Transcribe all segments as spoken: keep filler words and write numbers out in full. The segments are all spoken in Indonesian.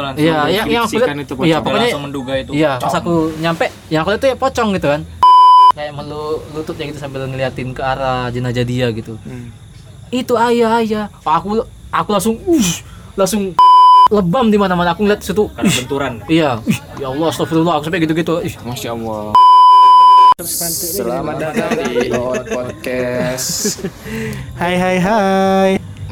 langsung iya, yang yang aku lihat itu pocong. Iya, pokoknya langsung menduga itu. Iya, pas aku nyampe, yang aku lihat tuh ya pocong gitu kan. Kayak melu lututnya gitu sambil ngeliatin ke arah jenazah dia gitu. Hmm. Itu ayah ayah. Aku aku langsung uh, langsung lebam di mana-mana aku ngeliat situ. Karena benturan. Iya. Ya Allah, astagfirullah, aku sampai gitu-gitu. Ih, Masya Allah. Selamat datang di Lord Podcast. Hai hai hai.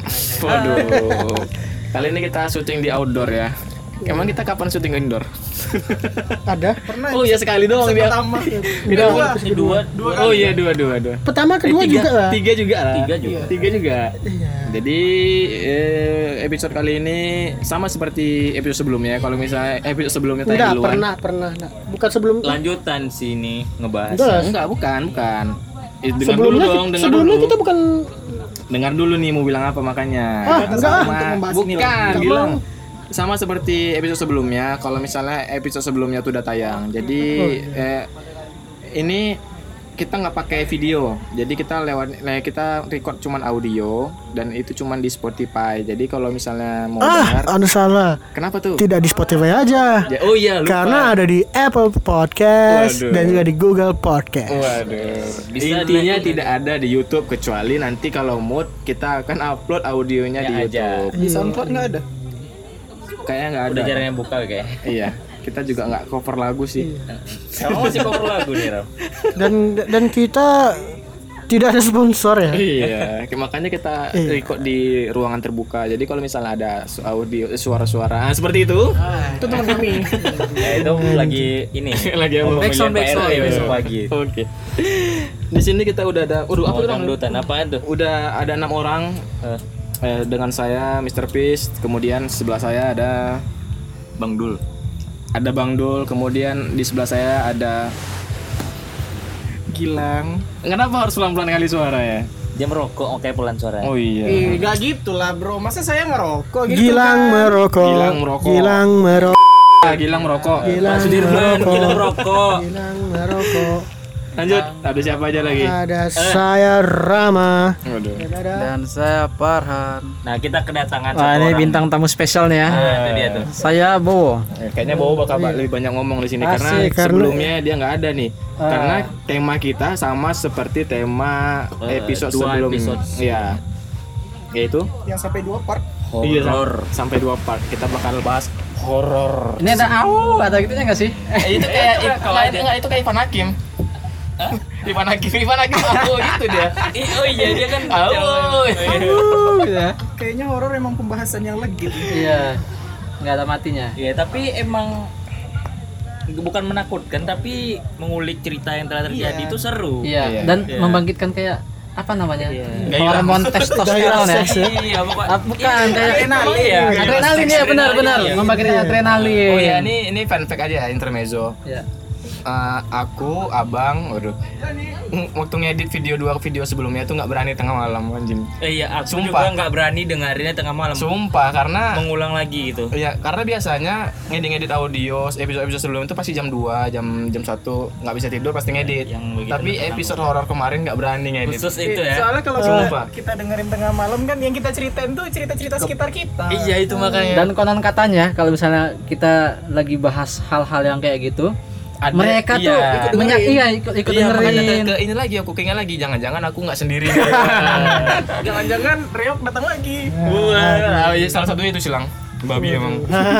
Waduh. Kali ini kita syuting di outdoor ya. Emang kita kapan syuting indoor? Ada? Pernah. Oh iya sekali doang dia. Pertama. Dua. Dua. Dua. Oh iya dua dua dua. Pertama kedua eh, tiga, juga lah. Tiga juga lah. Tiga juga. Tiga juga. Iya. Jadi eh, episode kali ini sama seperti episode sebelumnya. Kalau misalnya episode sebelumnya tadi Enggak, duluan. pernah, pernah. Nah, bukan sebelum Lanjutan sini ngebahas. Enggak, enggak bukan, bukan. Eh, dengar sebelumnya, dulu dong, dengar sebelumnya dulu. kita bukan Dengar dulu nih mau bilang apa makanya. Ah, enggak, sama, untuk bukan, ini bilang. Sama seperti episode sebelumnya, kalau misalnya episode sebelumnya tuh udah tayang. Jadi oh, iya. eh, ini kita nggak pakai video. Jadi kita lewat kita record cuman audio dan itu cuman di Spotify. Jadi kalau misalnya mau Ah, dengar, anu salah. kenapa tuh? Tidak di Spotify aja. Ya, oh iya, lupa. Karena ada di Apple Podcast. Waduh. Dan juga di Google Podcast. Waduh. Bisa intinya di... tidak ada di YouTube kecuali nanti kalau mood kita akan upload audionya ya di aja. YouTube. Di SoundCloud nggak ada. Kayaknya nggak ada. Udah jarang yang buka kayak. Iya, kita juga nggak cover lagu sih. Kamu masih cover lagu nih, Ram. Dan dan kita tidak ada sponsor ya. Iya, makanya kita record di ruangan terbuka. Jadi kalau misalnya ada audio suara-suara ah, seperti itu, ah, itu teman kami. Ya itu lagi ini. Lagi apa? Backsound backsound ya, besok pagi. Oke. Di sini kita udah ada. Waduh, apa dangdutan apa itu? Udah ada enam orang. Uh. Eh, dengan saya mister Peace, kemudian sebelah saya ada Bang Dul. Ada Bang Dul, kemudian di sebelah saya ada Gilang. Kenapa harus pelan-pelan kali suara ya? Dia merokok, oke pelan suara. Oh iya. Ih, gak gitu lah bro, masa saya ngerokok gitu Gilang kan? merokok. Gilang merokok. Gilang merokok. Gilang merokok. Gilang merokok. Gilang merokok. Gilang merokok. Lanjut, ada siapa aja lagi? Ada saya Rama. Waduh. Dan saya Farhan. Nah, kita kedatangan Wah, ini bintang tamu spesial nih ya. Nah, itu dia tuh. Saya Bowo. Eh, kayaknya Bowo bakal oh, iya. lebih banyak ngomong di sini karena Asik, sebelumnya karena... dia nggak ada nih. Uh, karena tema kita sama seperti tema uh, episode sebelumnya. Iya. Yaitu yang sampai dua part. Horror. Iya, sampai dua part. Kita bakal bahas horor. Ini ada au, ada gitunya enggak sih? Eh, itu kayak kalau enggak itu kayak Ivan Hakim. Hah? Ivan Hakim, Ivan Hakim aku gitu dia. Oh iya dia kan. Oh, ya. Kayaknya horor emang pembahasan yang legit. Iya. Enggak ada matinya. Iya, tapi emang bukan menakutkan tapi mengulik cerita yang telah terjadi itu iya. seru. Iya. iya. Dan iya. membangkitkan kayak apa namanya? Iya. Hormon testosteron ya. Iya, bukan. Bukan kayak adrenalin ya. Adrenalin ya benar-benar. Membangkitkan adrenalin. Oh iya, ini ini fun fact aja intermezzo. Iya. Uh, aku, abang, waduh, waktu ngedit video dua video sebelumnya tuh nggak berani tengah malam anjing. Eh, iya, aku Sumpah. juga nggak berani dengerinnya tengah malam. Sumpah, karena mengulang lagi gitu. Iya, karena biasanya ngedit-ngedit audio episode-episode sebelumnya itu pasti jam dua, jam jam satu nggak bisa tidur pasti ngedit. Tapi episode horor kemarin nggak berani ngedit. Khusus itu ya. Soalnya kalau uh, kita dengerin tengah malam kan yang kita ceritain tuh cerita-cerita sekitar kita. Iya, itu makanya. Dan konon katanya kalau misalnya kita lagi bahas hal-hal yang kayak gitu, ada, mereka iya, tuh ikut banyak iya ikut ikut iya, dengerin. Ke, ke ini lagi aku keinget lagi jangan-jangan aku nggak sendiri. Jangan-jangan Reok datang lagi. Wah, wow. Salah satunya itu Silang. Babi emang.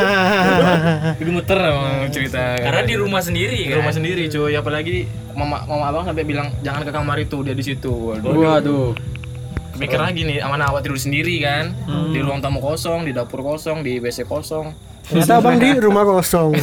Itu muter emang cerita. Karena di rumah sendiri kan. Di rumah sendiri cuy, apalagi mama mama abang sampai bilang jangan ke kamar itu, dia di situ. Waduh. Waduh. Pikir lagi nih, amanah awak tidur sendiri kan. Hmm. Di ruang tamu kosong, di dapur kosong, di W C kosong. Ternyata abang di rumah kosong.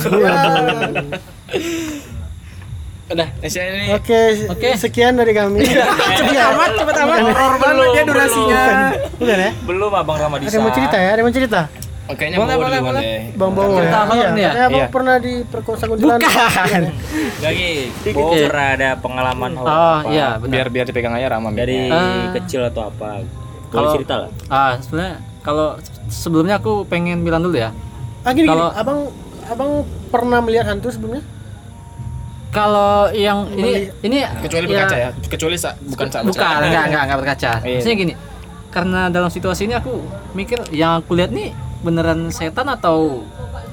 Udah, ini. Oke, oke. Sekian dari kami. Cepet amat, cepet amat. Horor banget ya durasinya. Udah ya? Belum Abang Ramadisa. Ada mau cerita ya? Ada mau cerita? Oke, nya boleh, boleh, boleh. Bang Bowo. Cerita apa nih ya? Abang pernah diperkosa kuntilanak. Bukan. Lagi. Bowo pernah ada pengalaman horor. Oh, iya, biar biar dipegang aja Rama. Dari kecil atau apa? Kalau cerita lah. Ah, sebenarnya kalau sebelumnya aku pengen bilang dulu ya. Ah, gini, kalau abang abang pernah melihat hantu sebelumnya? Kalau yang ini ini kecuali ya, berkaca ya, kecuali sa, bukan sa, bukan enggak enggak enggak berkaca. Maksudnya gini, karena dalam situasi ini aku mikir yang aku lihat nih beneran setan atau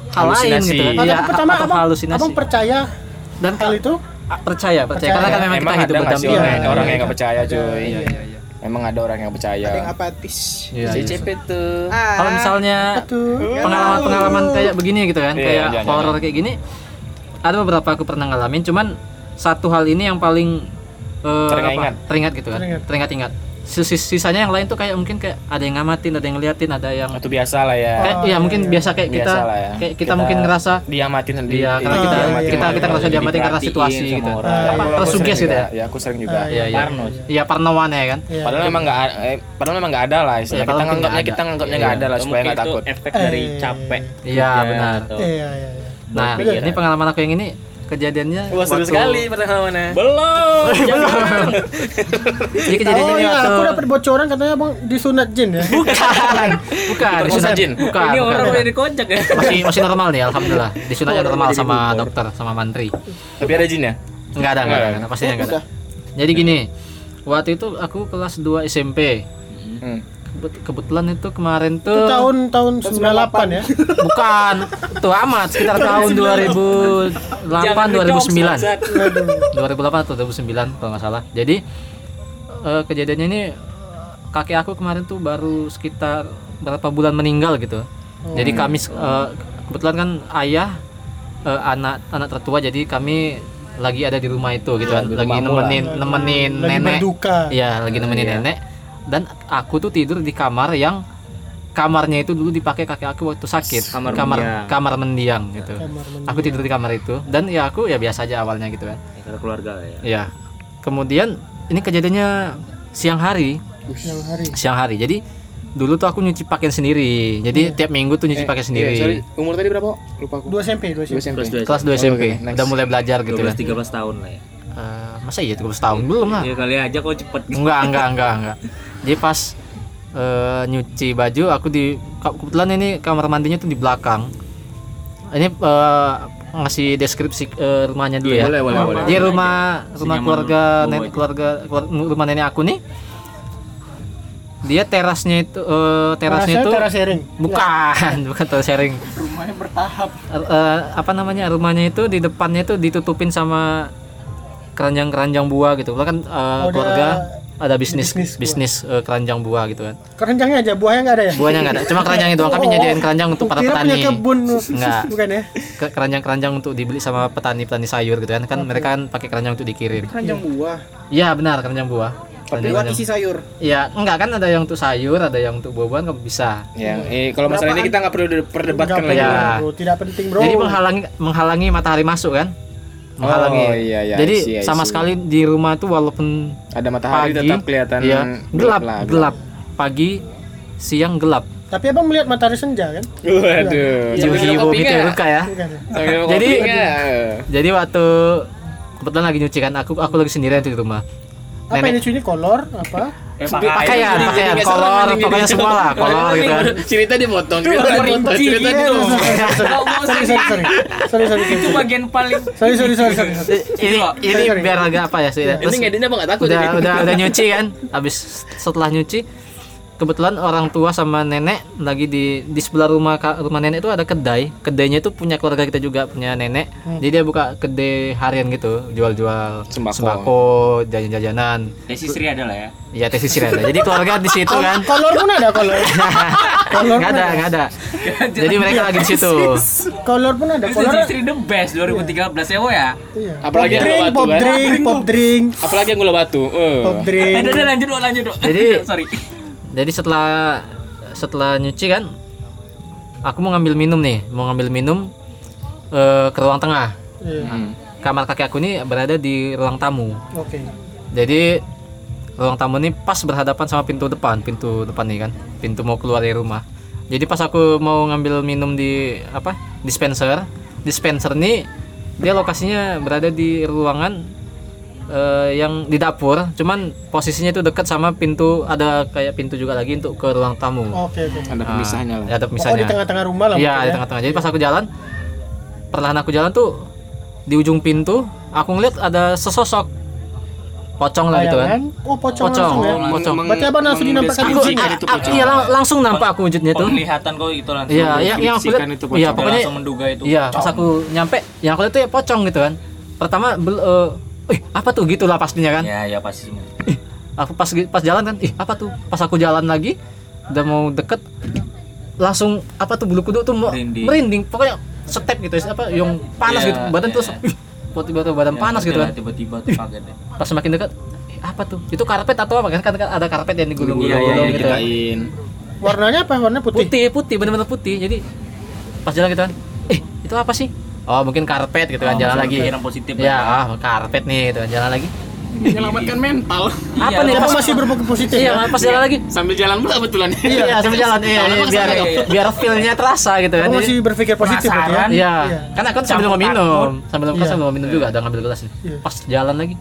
hal lain gitu kan. Ya, pertama atau abang, halusinasi. abang percaya dan hal itu? Percaya, percaya, percaya. Karena kan memang Emang kita hidup ada nggak sih berdampingan. orang, orang yang nggak percaya cuy. Iya, iya, iya. Emang ada orang yang percaya. Ada yang apatis. Iya, C iya. C P tuh. Ah. Kalau misalnya Tuh. pengalaman-pengalaman kayak begini gitu kan, Iya, kayak jangan, horor jangan. kayak gini, ada beberapa aku pernah ngalamin. Cuman satu hal ini yang paling eh, Teringat-ingat. apa, teringat gitu kan, Teringat. teringat-ingat. Sis- Sisanya yang lain tuh kayak mungkin kayak ada yang ngamatin, ada yang ngeliatin, ada yang Itu biasa lah ya. kayak ya mungkin biasa kayak kita, Biasa lah ya. kayak kita, mungkin ngerasa diamatin sendiri. Iya, karena Iya, kita diamatin kita sama kita orang. ngerasa diamatin karena Diperhatiin situasi sama gitu. orang. Ah, Apa Aku tersuges sering gitu juga. ya. Ya aku sering juga. Ah, Iya, iya. Parno. Iya, parnoan ya kan. Iya. Padahal memang nggak eh, padahal memang nggak ada lah istilah. Iya, Kita padahal nganggapnya nggak kita ada. nganggapnya nggak ada lah Atau supaya mungkin nggak itu takut. efek dari Eh. capek. Iya, kerja benar. atau- Iya, iya, iya. Nah, Berpikiran. ini pengalaman aku yang ini kejadiannya Wah seru waktu- sekali pengalamannya. Belum. Jangan. Jadi kejadiannya Oh ini iya, waktu aku dapat bocoran katanya abang disunat jin ya. bukan, bukan, Diperkosa disunat jin. bukan, Ini bukan, orang bukan. udah dikocak ya. masih masih normal nih, alhamdulillah. Disunatnya Orang normal jadi sama bubur. dokter, sama mantri. Tapi ada jin ya? Enggak ada, enggak ada, Nggak nggak ada, pastinya enggak ada. Jadi gini, waktu itu aku kelas dua S M P. Hmm. Kebet- Kebetulan itu kemarin Itu tuh tahun tahun sembilan puluh delapan ya. bukan, tuh amat sekitar tahun dua ribu delapan dua ribu sembilan. dua ribu delapan atau dua ribu sembilan kalau nggak salah. Jadi eh, kejadiannya ini kakek aku kemarin tuh baru sekitar berapa bulan meninggal gitu. Jadi kami eh, kebetulan kan ayah eh, anak anak tertua, jadi kami lagi ada di rumah itu gitu kan, di lagi rumahmu nemenin nemenin Lagi nenek. berduka. Iya, lagi nemenin Iya. nenek. Dan aku tuh tidur di kamar yang kamarnya itu dulu dipakai kakek aku waktu sakit. Kamar kamar, mendiang. kamar mendiang gitu. Kamar mandi. Aku tidur di kamar itu dan ya aku ya biasa aja awalnya gitu kan. Ya, kalau keluarga ya. Ya. Kemudian ini kejadiannya siang hari, Siang hari. siang hari. Jadi dulu tuh aku nyuci pakaian sendiri. Jadi tiap minggu tuh nyuci pakaian sendiri. Iya, sorry. Umur tadi berapa? Lupa aku. dua S M P, dua S M P. dua S M P. Kelas dua. Kelas dua S M P. Oh, oke, next. Udah mulai belajar gitu dua belas kan. tiga belas tahun lah ya. Eh, masa iya tiga belas tahun belum lah. Ya kali aja kok cepet. Enggak, enggak, enggak, enggak. Jadi pas eh, nyuci baju aku di kebetulan ini kamar mandinya tuh di belakang. Ini eh, ngasih deskripsi eh, rumahnya dulu ya. Boleh, boleh, boleh. Jadi rumah rumah Senyaman keluarga bawa nenek aja. keluarga keluar- rumah nenek aku nih. Dia terasnya itu eh, terasnya Terasnya itu teras sharing. bukan, bukan teras sharing. Rumahnya bertahap. Eh, eh, apa namanya? Rumahnya itu di depannya itu ditutupin sama keranjang-keranjang buah gitu. Lah kan eh, Oh, dia keluarga ada bisnis bisnis bisnis, buah. eh, keranjang buah gitu kan. Keranjangnya aja, buahnya nggak ada ya? Buahnya nggak ada, cuma keranjangnya doang. Kami nyediain keranjang untuk para Kira petani. punya kebun. Enggak. Bukan ya? Ke- Keranjang-keranjang untuk dibeli sama petani-petani sayur gitu kan. Kan mereka kan pakai keranjang untuk dikirim. Keranjang buah. Iya benar, keranjang buah. Buat Keranjang- isi sayur. Iya, enggak kan ada yang untuk sayur, ada yang untuk buah-buahan kamu bisa. Ya, eh, kalau masalah ini kita nggak perlu perdebatkan Nggak lagi. perlu, Ya. bro. Tidak penting bro. Jadi menghalangi menghalangi matahari masuk kan? Menghalangi. Oh, iya, iya, Jadi I see, I sama see. sekali di rumah tuh walaupun Ada matahari pagi tetap kelihatan iya, gelap, lah, gelap. Pagi, siang gelap. Tapi abang melihat matahari senja kan? Waduh. Hiu-hiu gitu ya, Ruka ya. Bukan ya? Sambil minum Jadi- kopi nggak? Jadi waktu kebetulan lagi nyuci kan, aku aku lagi sendirian tuh di rumah. Apa ini cuy ini kolor apa? Eh, Pakaian, Jadi- pakaian, jadi kolor, nggak serem, pokoknya jadi- semua lah, kolor gitu kan. Cerita dipotong, cerita Itu dipotong, rinci, cerita Iya, dipotong. sorry, sorry, sorry, sorry, sorry, sorry, sorry, Itu sorry, bagian paling sorry, sorry, sorry, sorry, sorry. Ini ini sorry. biar agak apa ya sih. Ini Terus ngeditnya apa nggak takut udah ini? udah udah nyuci kan. Habis setelah nyuci kebetulan orang tua sama nenek lagi di di sebelah rumah ka- rumah nenek itu ada kedai. Kedainya itu punya keluarga kita juga, punya nenek. Jadi dia buka kedai harian gitu, jual-jual Sembako. jajan-jajanan. Desi Sri ada lah ya. Iya, tes sisir ada. Jadi keluarga di situ kan. Kolor pun ada kolor. Kolor Nggak pun ada, ada. nggak ada. Jadi mereka lagi di situ. Kolor pun ada. Kolor. Desi Sri the best dua ribu tiga belas ya wo ya. Iya. Apalagi Pop yang drink, gula batu pop kan? drink, pop drink, Apalagi yang gula batu. eh. pop Eh, drink. udah, udah, lanjut dong, lanjut dong. Jadi- sorry. Jadi setelah setelah nyuci kan, aku mau ngambil minum nih, mau ngambil minum eh, ke ruang tengah. Iya. Hmm. Kamar kakek aku ini berada di ruang tamu. Oke. Jadi ruang tamu ini pas berhadapan sama pintu depan, pintu depan nih kan, pintu mau keluar dari rumah. Jadi pas aku mau ngambil minum di apa dispenser, dispenser nih dia lokasinya berada di ruangan eh, yang di dapur, cuman posisinya itu dekat sama pintu, ada kayak pintu juga lagi untuk ke ruang tamu. Oke, oke. Ada pemisahnya lah. Ya, ada Oh, pemisahnya. di tengah-tengah rumah lah. Iya, mungkin di ya. tengah-tengah. Jadi pas aku jalan, perlahan aku jalan tuh di ujung pintu, aku ngeliat ada sesosok. pocong lah gitu kan. Oh, pocong, pocong langsung ya. Pocong. Berarti apa langsung dinampakkan Aku, aku iya lang- langsung nampak aku wujudnya tuh. Penglihatan kok itu langsung. Iya, yang yang aku lihat itu iya pocong. pokoknya langsung menduga itu. iya, pas aku nyampe yang aku lihat tuh ya pocong gitu kan. Pertama bel- uh, ih apa tuh gitulah pastinya kan. Ya, ya pasti semua. Ih, aku pas pas jalan kan, ih apa tuh? Pas aku jalan lagi udah mau deket langsung apa tuh bulu kuduk tuh mau Merinding. merinding. Pokoknya step gitu apa yang panas Iya, gitu. Badan iya. tuh ih, tiba-tiba badan Ya, panas gitu kan. Tiba-tiba tuh kaget deh. Pas semakin dekat eh, apa tuh? Itu karpet atau apa kan? Kan ada karpet yang digulung-gulung Iya, iya, gitu. Dikitain. Warnanya apa? Warna putih. Putih, putih, benar-benar putih. Jadi pas jalan gitu kan, eh itu apa sih? Oh mungkin karpet gitu kan, Oh, jalan maksudnya lagi. pikiran positif Ya, lah. ah, karpet nih gitu kan, jalan lagi. Menyelamatkan mental. Apa nih? Kita Pas, masih berpikir positif. iya, ya? pas jalan lagi. Sambil jalan pula kebetulan. Iya, sambil jalan iya, iya, biar iya, iya. biar feel-nya terasa gitu kan. Kamu Jadi- masih berpikir positif berarti ya? Penasaran. Iya, Iya. kan aku sambil mau Campur minum, sambil kan Iya. sambil mau minum juga, ada ngambil gelas nih. Iya. Pas jalan lagi,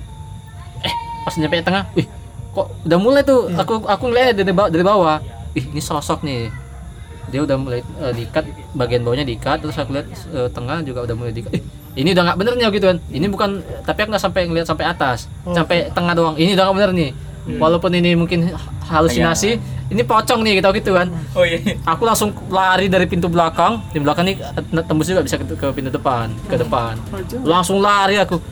eh pas nyampe tengah, wih kok udah mulai tuh, Iya. aku aku ngeliat dari bawah, dari bawah, ih ini sosok nih, dia udah mulai uh, diikat, bagian bawahnya diikat, terus aku lihat uh, tengah juga udah mulai diikat, ih ini udah nggak bener nih gitu kan, ini bukan, tapi aku nggak sampai ngeliat sampai atas, Oh. sampai tengah doang, ini udah nggak bener nih, walaupun ini mungkin halusinasi, ini pocong nih gitu gitu kan. Oh iya. Aku langsung lari dari pintu belakang, di belakang nih tembus juga bisa ke, ke pintu depan, ke depan. Langsung lari aku.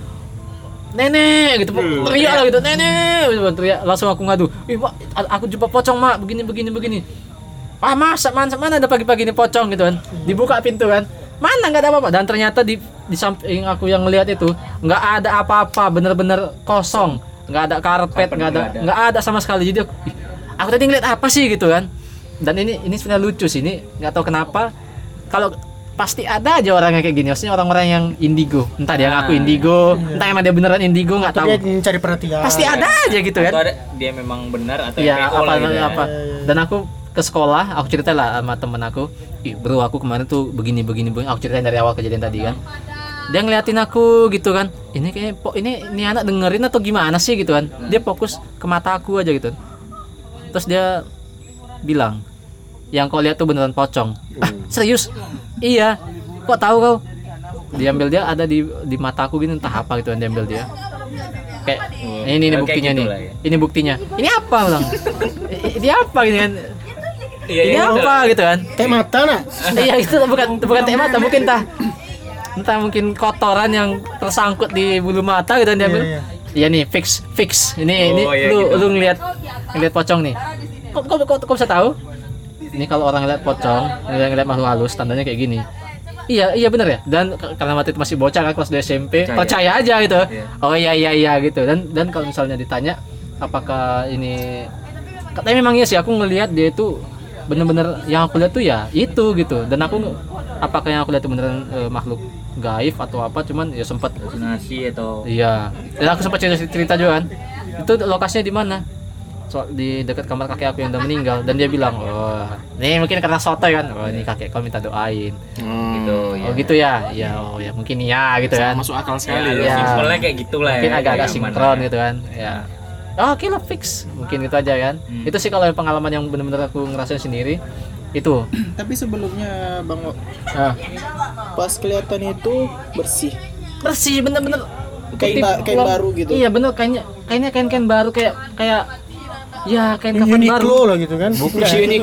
Nenek gitu, teriak lah gitu, nenek, gitu, teriak. Langsung aku ngadu. Ih, Mak, aku jumpa pocong, Mak, begini begini begini. Ah, masa mana mana ada pagi-pagi ini pocong gitu kan. Dibuka pintu kan. Mana nggak ada apa-apa, dan ternyata di di samping aku yang ngelihat itu nggak ada apa-apa, bener-bener kosong, nggak ada karpet, nggak ada nggak ada sama sekali. Jadi aku, ih, aku tadi ngeliat apa sih gitu kan. Dan ini ini sebenarnya lucu sih, ini nggak tahu kenapa kalau pasti ada aja orang yang kayak gini, maksudnya orang-orang yang indigo, entah dia ngaku indigo, entah emang dia beneran indigo, nggak tahu, Dia ingin cari perhatian. pasti ada aja gitu kan. Atau ada dia memang benar atau Iya, M P O apa lah gitu ya. apa. Dan aku ke sekolah, aku cerita lah sama temen aku, ih bro aku kemarin tuh begini begini begini, aku ceritain dari awal kejadian tadi kan. Dia ngeliatin aku gitu kan, ini kayak po ini ini anak dengerin atau gimana sih gitu kan. Dia fokus ke mata aku aja gitu. Terus dia bilang, yang kau lihat tuh beneran pocong. Ah serius? Iya. Kok tahu kau? Diambil dia ada di di mataku gini, entah apa gitu yang diambil dia. Kayak ini ini Kayak buktinya gitu nih. lah ya. Ini buktinya. Ini apa bang? Ini apa gini kan? Iya, Ini iya, apa gitu kan? Teh mata nak. Iya itu bukan bukan teh mata, mungkin entah entah mungkin kotoran yang tersangkut di bulu mata gitu yang diambil. Iya, Iya nih fix fix. Ini Oh, ini iya, lu gitu. lu ngelihat ngelihat pocong nih. Kok kok kok, kok bisa tahu? Ini kalau orang ngeliat pocong, ngeliat, ngeliat makhluk halus, tandanya kayak gini. Iya iya benar ya. Dan k- karena waktu itu masih bocah kan kelas dua S M P, Percaya. percaya aja gitu. Iya. Oh iya iya iya gitu. Dan dan kalau misalnya ditanya apakah ini, katanya memang iya sih, aku ngelihat dia itu bener-bener yang aku lihat tuh ya itu gitu. Dan aku nge- apakah yang aku lihat itu beneran eh, makhluk gaib atau apa, cuman ya sempat Halusinasi atau iya. Dan aku sempat cerita, cerita juga kan. Itu lokasinya di mana? So, di dekat kamar kakek aku yang udah meninggal, dan dia bilang, "Oh, nih mungkin karena sotoy kan. Oh, ini kakek kau minta doain." gitu ya. Oh, gitu ya. Ya, oh ya mungkin iya gitu kan. Masuk akal sekali. Ya, Iya. simpelnya kayak gitulah ya. Mungkin agak-agak Kayak gimana sinkron ya. gitu kan. Ya. Oh, oke lah fix. Mungkin gitu aja kan. Hmm. Itu sih kalau yang pengalaman yang benar-benar aku ngerasain sendiri itu. Tapi sebelumnya Bang O, Nah, pas kelihatan itu bersih. bersih bener-bener Kain putih, ba- kain pelong. baru gitu. Iya bener, kayaknya kayaknya kain-kain baru kayak kayak ya kain kafan baru. Uniqlo lah gitu kan. Bukan.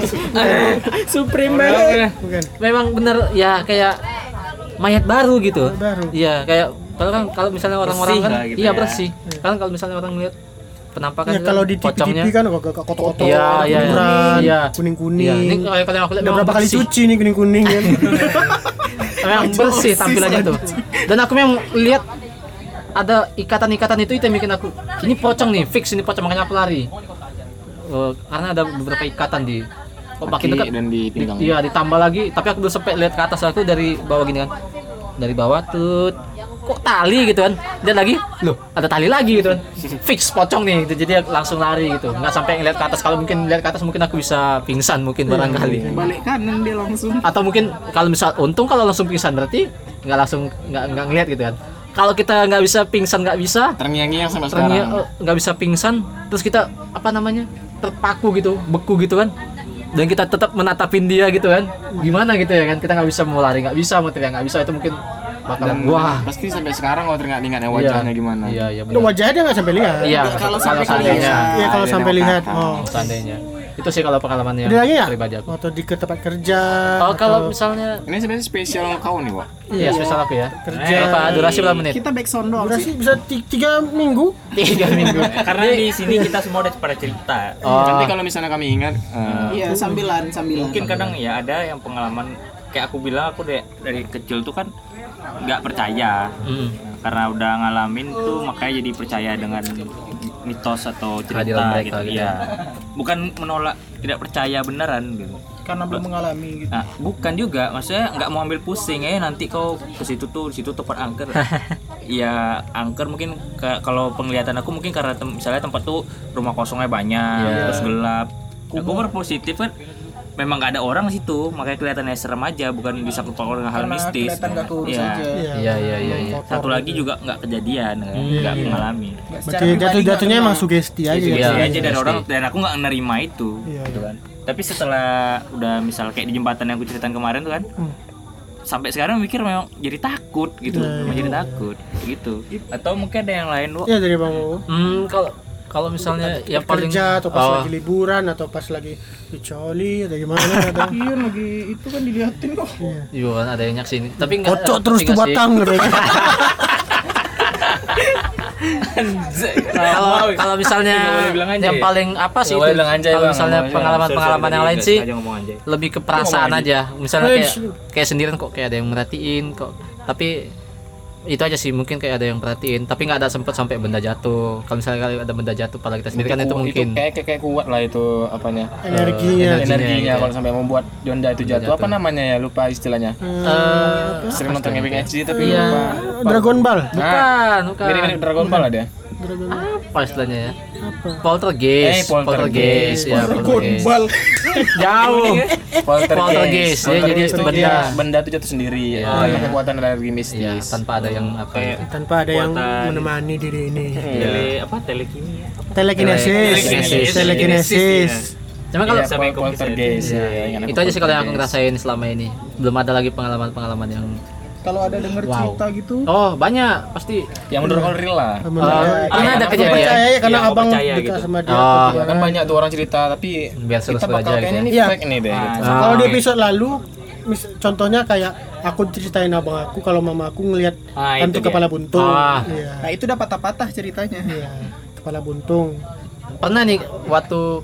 Supreme banget. Bukan. Memang bener ya kayak mayat baru gitu. Mayat baru. Iya kayak kalau kan kalau misalnya orang-orang Bersih kan lah gitu iya ya. bersih. Kan kalau misalnya orang lihat penampakan Ya kan kalau di T V pocongnya. T V kan kok kotor-kotor, Iya, iya, kuning, iya. kuning-kuning. Iya, ini kalau kalau yang aku lihat Udah memang berapa kali bersih. cuci nih kuning-kuning kan. Memang bersih tampilannya tuh. Dan aku memang lihat ada ikatan-ikatan itu itu yang bikin aku ini pocong nih, fix ini pocong, makanya aku lari. Eh, karena ada beberapa ikatan di kok makin dekat dan di pinggang. iya ditambah lagi, tapi aku belum sampai lihat ke atas, aku dari bawah gini kan, dari bawah tuh kok tali gitu kan, dan lagi loh ada tali lagi gitu kan, fix pocong nih gitu. Jadi aku langsung lari gitu, nggak sampai ngeliat ke atas. Kalau mungkin lihat ke atas mungkin aku bisa pingsan mungkin barangkali, Balik kanan dia langsung. atau mungkin kalau misal untung kalau langsung pingsan berarti nggak langsung nggak nggak ngeliat gitu kan. Kalau kita nggak bisa pingsan, nggak bisa Terngiang-ngiang sama ternyata sekarang. nggak bisa pingsan, terus kita apa namanya terpaku gitu, beku gitu kan, dan kita tetap menatapin dia gitu kan, gimana gitu ya kan, kita nggak bisa mau lari, nggak bisa mau teriak, nggak bisa. Itu mungkin bakalan wah pasti sampai sekarang kalau teringat-ingatnya wajahnya iya. gimana. Iya, iya benar. Wajahnya dia nggak sampai lihat. Iya, kalau sampai seandainya. Iya, kalau sampai lihat. Oh, seandainya. Itu sih kalau pengalaman yang pribadi aku. Atau di ke tempat kerja. Oh, kalau misalnya ini sebenarnya spesial kau nih, Wak. Iya, spesial aku ya. Kerja. Berapa durasi berapa menit? Kita back sound doang. Durasi bisa tiga minggu. tiga minggu. Karena di sini kita semua udah pada cerita. Oh. Nanti kalau misalnya kami ingat Iya, sambilan, sambilan. Mungkin kadang ya ada yang pengalaman kayak aku bilang aku dari, dari kecil tuh kan nggak percaya. Hmm. Karena udah ngalamin tuh makanya jadi percaya dengan mitos atau cerita gitu, gitu ya. Bukan menolak tidak percaya beneran gitu. Karena belum mengalami gitu. Nah, bukan juga, maksudnya nggak mau ambil pusing ya nanti kau ke situ tuh, di situ tempat angker. Ya angker mungkin ke, kalau penglihatan aku mungkin karena tem, misalnya tempat tuh rumah kosongnya banyak, yeah. terus gelap. Aku berpositif kan memang nggak ada orang di situ, makanya kelihatannya serem aja, bukan bisa kepakai dengan hal mistis. Kelihatan nggak keurus ya. aja. Iya iya iya. Ya. Satu lagi juga nggak kejadian, nggak hmm, mengalami. Berarti jatuh-jatuhnya emang sugesti aja. Sugesti ya, aja dari orang dan aku nggak nerima itu, iya, gitu kan. Tapi setelah udah misal kayak di jembatan yang aku ceritain kemarin tuh kan, hmm. sampai sekarang mikir memang jadi takut gitu, yeah, memang yeah. jadi takut gitu. Atau mungkin ada yang lain, Bu? Iya dari Bang Wo. Hmm, kalau kalau misalnya yang paling kerja atau pas oh. lagi liburan atau pas lagi di coli atau gimana atau iya lagi itu kan dilihatin kok. Iya kan ada yang nyaksin. Tapi enggak kocok terus tuh batang gitu. Kalau kalau misalnya yang paling apa sih itu? Kalau misalnya pengalaman-pengalaman yang lain sih lebih ke perasaan aja. Misalnya kayak kayak sendirian kok kayak ada yang merhatiin kok. Tapi itu aja sih mungkin kayak ada yang perhatiin. Tapi nggak ada sempet sampai benda jatuh. Kalau misalnya kalau ada benda jatuh pada kita sendiri kan itu mungkin. Itu kayak kayak kuat lah itu apanya? Energinya. Uh, energinya kalau sampai membuat benda itu jatuh. Apa namanya ya? Lupa istilahnya. Uh, Sering nonton Epic H D tapi iya. lupa. Dragon Ball. Bukan, bukan. Mirip-mirip Dragon Ball ada. Dragon Ball. Apa istilahnya ya? Apa? Poltergeist. Eh, poltergeist. Ya, poltergeist. Jauh. Poltergeist. Ya, jadi benda ya, benda itu jatuh sendiri. Ya. Oh, ya. Kekuatan energi mistis. Ya, tanpa ada yang apa ya? Tanpa ada yang menemani diri ini. Tele apa telekimia? Telekinesis. Telekinesis. Cuma kalau ya, sampai poltergeist. Ya, ya, itu aja sih kalau yang aku ngerasain selama ini. Belum ada lagi pengalaman-pengalaman yang kalau ada denger wow. cerita gitu. Oh, banyak pasti. Yang menurut kalau real lah. Uh, karena ada kejadian. Percaya ya karena ya, abang dekat gitu. sama dia. Oh, ya, kan banyak tuh orang cerita tapi biar kita bakal aja kayaknya gitu. ini ya. fake nih deh. Gitu. Ah, kalau di episode lalu mis- contohnya kayak aku ceritain abang aku kalau mama aku ngelihat ah, hantu kepala buntung. Ah. Iya. Nah, itu udah patah-patah ceritanya. Iya, kepala buntung. Pernah nih waktu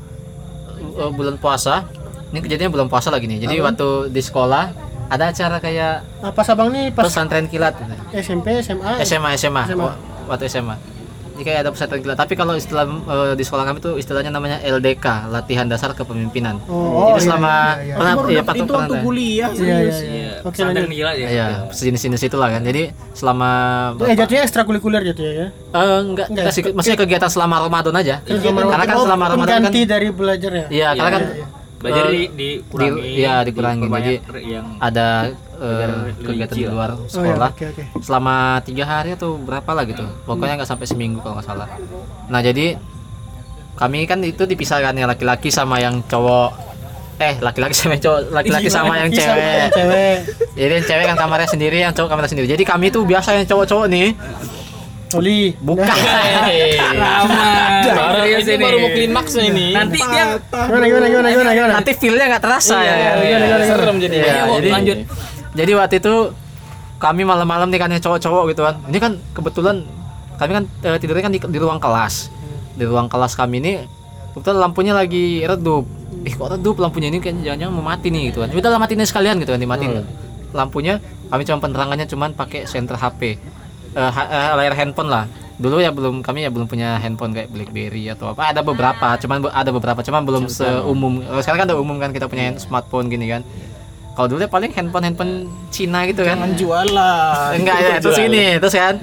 uh, bulan puasa. Ini kejadiannya bulan puasa lagi nih. Jadi Apa? waktu di sekolah ada acara kayak apa sabang nih pas pesantren kilat S M P, S M A, S M A, S M A, S M A. Oh, waktu S M A. Jadi kayak ada pesantren kilat. Tapi kalau istilah uh, di sekolah kami itu istilahnya namanya L D K, latihan dasar kepemimpinan. Oh, jadi selama iya, iya, iya. pernah Itu, ya patut itu waktu kuliah. Iya, iya, iya. Iya. Oke, Pesantren lanjut. kilat ya. Iya, sejenis-jenis itulah kan. Jadi selama Eh jatuhnya ekstrakurikuler gitu ya. uh, enggak, enggak sih, maksudnya kegiatan selama Ramadan aja. Karena kan oh, selama Ramadan kan ganti dari belajar ya. iya, karena kan Belajar uh, di dikurangi. Di, iya, dikurangi. Jadi yang ada uh, kegiatan di luar sekolah. Oh, iya, okay, okay. Selama tiga hari atau berapa lah gitu. Pokoknya nggak sampai seminggu kalau nggak salah. Nah jadi kami kan itu dipisahkan ya laki-laki sama yang cowok. Eh laki-laki sama yang cowok, laki-laki sama yang cewek. Cewek. Jadi yang cewek kan kamarnya sendiri, yang cowok kamarnya sendiri. Jadi kami tuh biasa yang cowok-cowok nih. Oli. Bukan. lama. Baru itu baru mau klimaks ini. Nanti dia Gimana gimana gimana gimana gimana. Nanti feel-nya nggak terasa ya. Gimana gimana gimana. Serem jadi. Ya, jadi lanjut. Jadi waktu itu kami malam-malam nih kan yang cowok-cowok gitu kan. Ini kan kebetulan kami kan e, tidurnya kan di, di ruang kelas. Di ruang kelas kami ini kebetulan lampunya lagi redup. Ih kok redup lampunya ini kan jangan-jangan mau mati nih gitu kan. Udah lah matiin sekalian gitu kan dimatiin. Hmm. Lampunya kami cuma penerangannya cuma pakai senter H P. Uh, uh, layar handphone lah. Dulu ya belum kami ya belum punya handphone kayak BlackBerry atau apa. Ada beberapa, cuman ada beberapa, cuman belum seumum. Sekarang kan udah umum kan kita punya smartphone gini kan. Kalau dulu ya paling handphone-handphone Cina gitu kan. Jangan jualan. Enggak ya, terus ini, terus kan.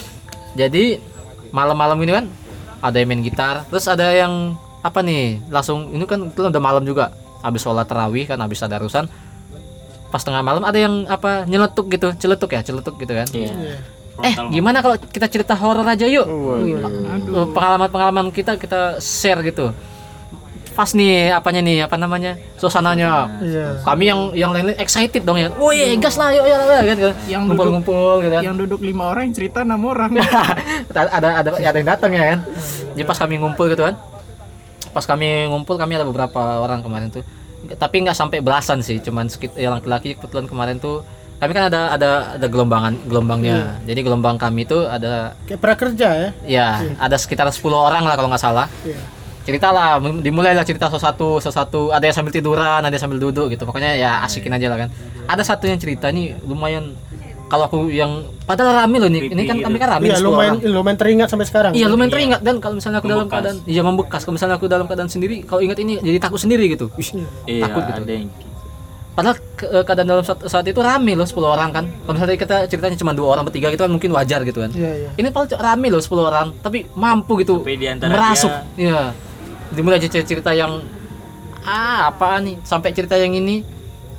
Jadi malam-malam ini kan ada yang main gitar, terus ada yang apa nih? Langsung ini kan itu udah malam juga. Habis sholat tarawih kan, habis tadarusan. Pas tengah malam ada yang apa nyeletuk gitu, celetuk ya, celetuk gitu kan. Iya. Eh, gimana kalau kita cerita horor aja yuk? Uh, pengalaman-pengalaman kita kita share gitu. pas nih apanya nih apa namanya suasananya. Iya. Kami yang yang lain excited dong ya. Woi gas lah yuk ya kan. Yang ngumpul-ngumpul gitu kan. Yang duduk lima orang yang cerita enam orang. ada ada ada yang datang ya kan. Jadi pas kami ngumpul gitu kan. Pas kami ngumpul kami ada beberapa orang kemarin tuh. Tapi nggak sampai belasan sih, cuman sekitar yang laki-laki kebetulan kemarin tuh kami kan ada ada ada gelombangan gelombangnya. Hmm. Jadi gelombang kami itu ada kayak prakerja ya. Iya, hmm. ada sekitar sepuluh orang lah kalau nggak salah. Yeah. Cerita lah, dimulailah cerita satu-satu, satu-satu, ada yang sambil tiduran, ada yang sambil duduk gitu. Pokoknya ya asikin aja lah kan. Ada satu yang cerita nih lumayan, kalau aku yang padahal rame loh nih. Ini kan kami kan rame. Iya, lumayan orang. lumayan teringat sampai sekarang. Iya, lumayan teringat dan kalau misalnya aku membekas. dalam keadaan iya membekas. Kalau misalnya aku dalam keadaan sendiri, kalau ingat ini jadi takut sendiri gitu. Ush, iya, takut gitu. Ada yang... Padahal ke, keadaan dalam saat, saat itu rame loh sepuluh orang kan. Kalau misalnya kita ceritanya cuma dua orang bertiga gitu kan mungkin wajar gitu kan. Iya, iya. Ini paling rame loh sepuluh orang, tapi mampu gitu merasuk. Iya. Dimulai cerita yang ah apa nih sampai cerita yang ini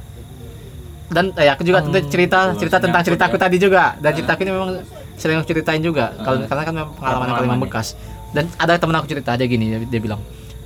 dan eh, aku juga hmm, cerita cerita tentang ceritaku ya. Tadi juga dan ceritaku ini memang sering aku ceritain juga hmm. kalau karena kan memang pengalaman yang paling membekas dan ada teman aku cerita aja gini dia, dia bilang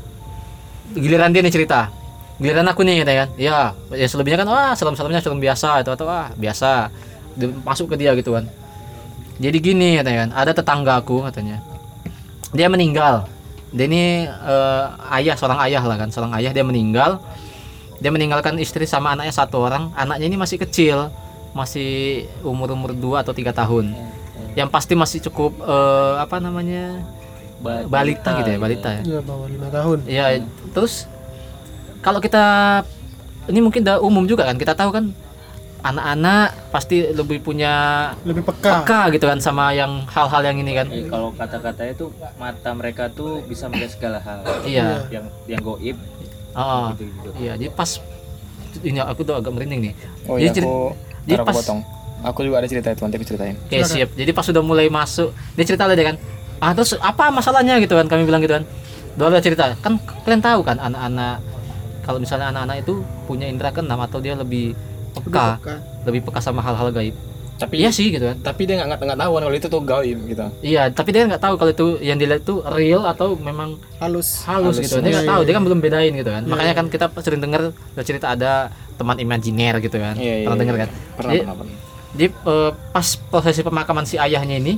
giliran dia nih cerita giliran aku nih gitu kan ya ya selebihnya kan wah salam-salamnya salam biasa itu atau wah biasa dia, masuk ke dia gitu kan jadi gini katanya kan ada tetangga aku katanya dia meninggal. Dia ini uh, ayah, seorang ayah lah kan, seorang ayah dia meninggal. Dia meninggalkan istri sama anaknya satu orang. Anaknya ini masih kecil, masih umur-umur dua atau tiga tahun. Yang pasti masih cukup uh, apa namanya balita, balita gitu ya, balita ya. Iya, bawah lima tahun. Iya, terus kalau kita ini mungkin udah umum juga kan, kita tahu kan anak-anak pasti lebih punya lebih peka. peka gitu kan sama yang hal-hal yang ini kan. Eh, kalau kata-katanya tuh mata mereka tuh bisa melihat segala hal. Iya. Yang yang goib. Oh. Gitu, gitu. Iya, jadi pas ini aku tuh agak merinding nih. Oh iya, jadi, aku jadi pas potong. Aku juga ada cerita itu nanti aku ceritain. Oke, okay, siap. Jadi pas sudah mulai masuk, dia cerita lah dia kan. Ah, terus apa masalahnya gitu kan? Kami bilang gitu kan. Dia cerita. Kan kalian tahu kan anak-anak kalau misalnya anak-anak itu punya indera keenam atau dia lebih peka, peka, lebih peka sama hal-hal gaib. Tapi iya sih gitu kan. Tapi dia nggak nggak tahu kalau itu tuh gaib gitu. Iya, tapi dia nggak tahu kalau itu yang dilihat itu real atau memang halus, halus, halus gitu. Dia nggak tahu, dia kan belum bedain gitu kan. Iya, Makanya iya. kan kita sering dengar cerita ada teman imajiner gitu kan. Iya, pernah iya, dengar kan? Pernah, jadi, pernah, pernah. Jadi uh, pas prosesi pemakaman si ayahnya ini,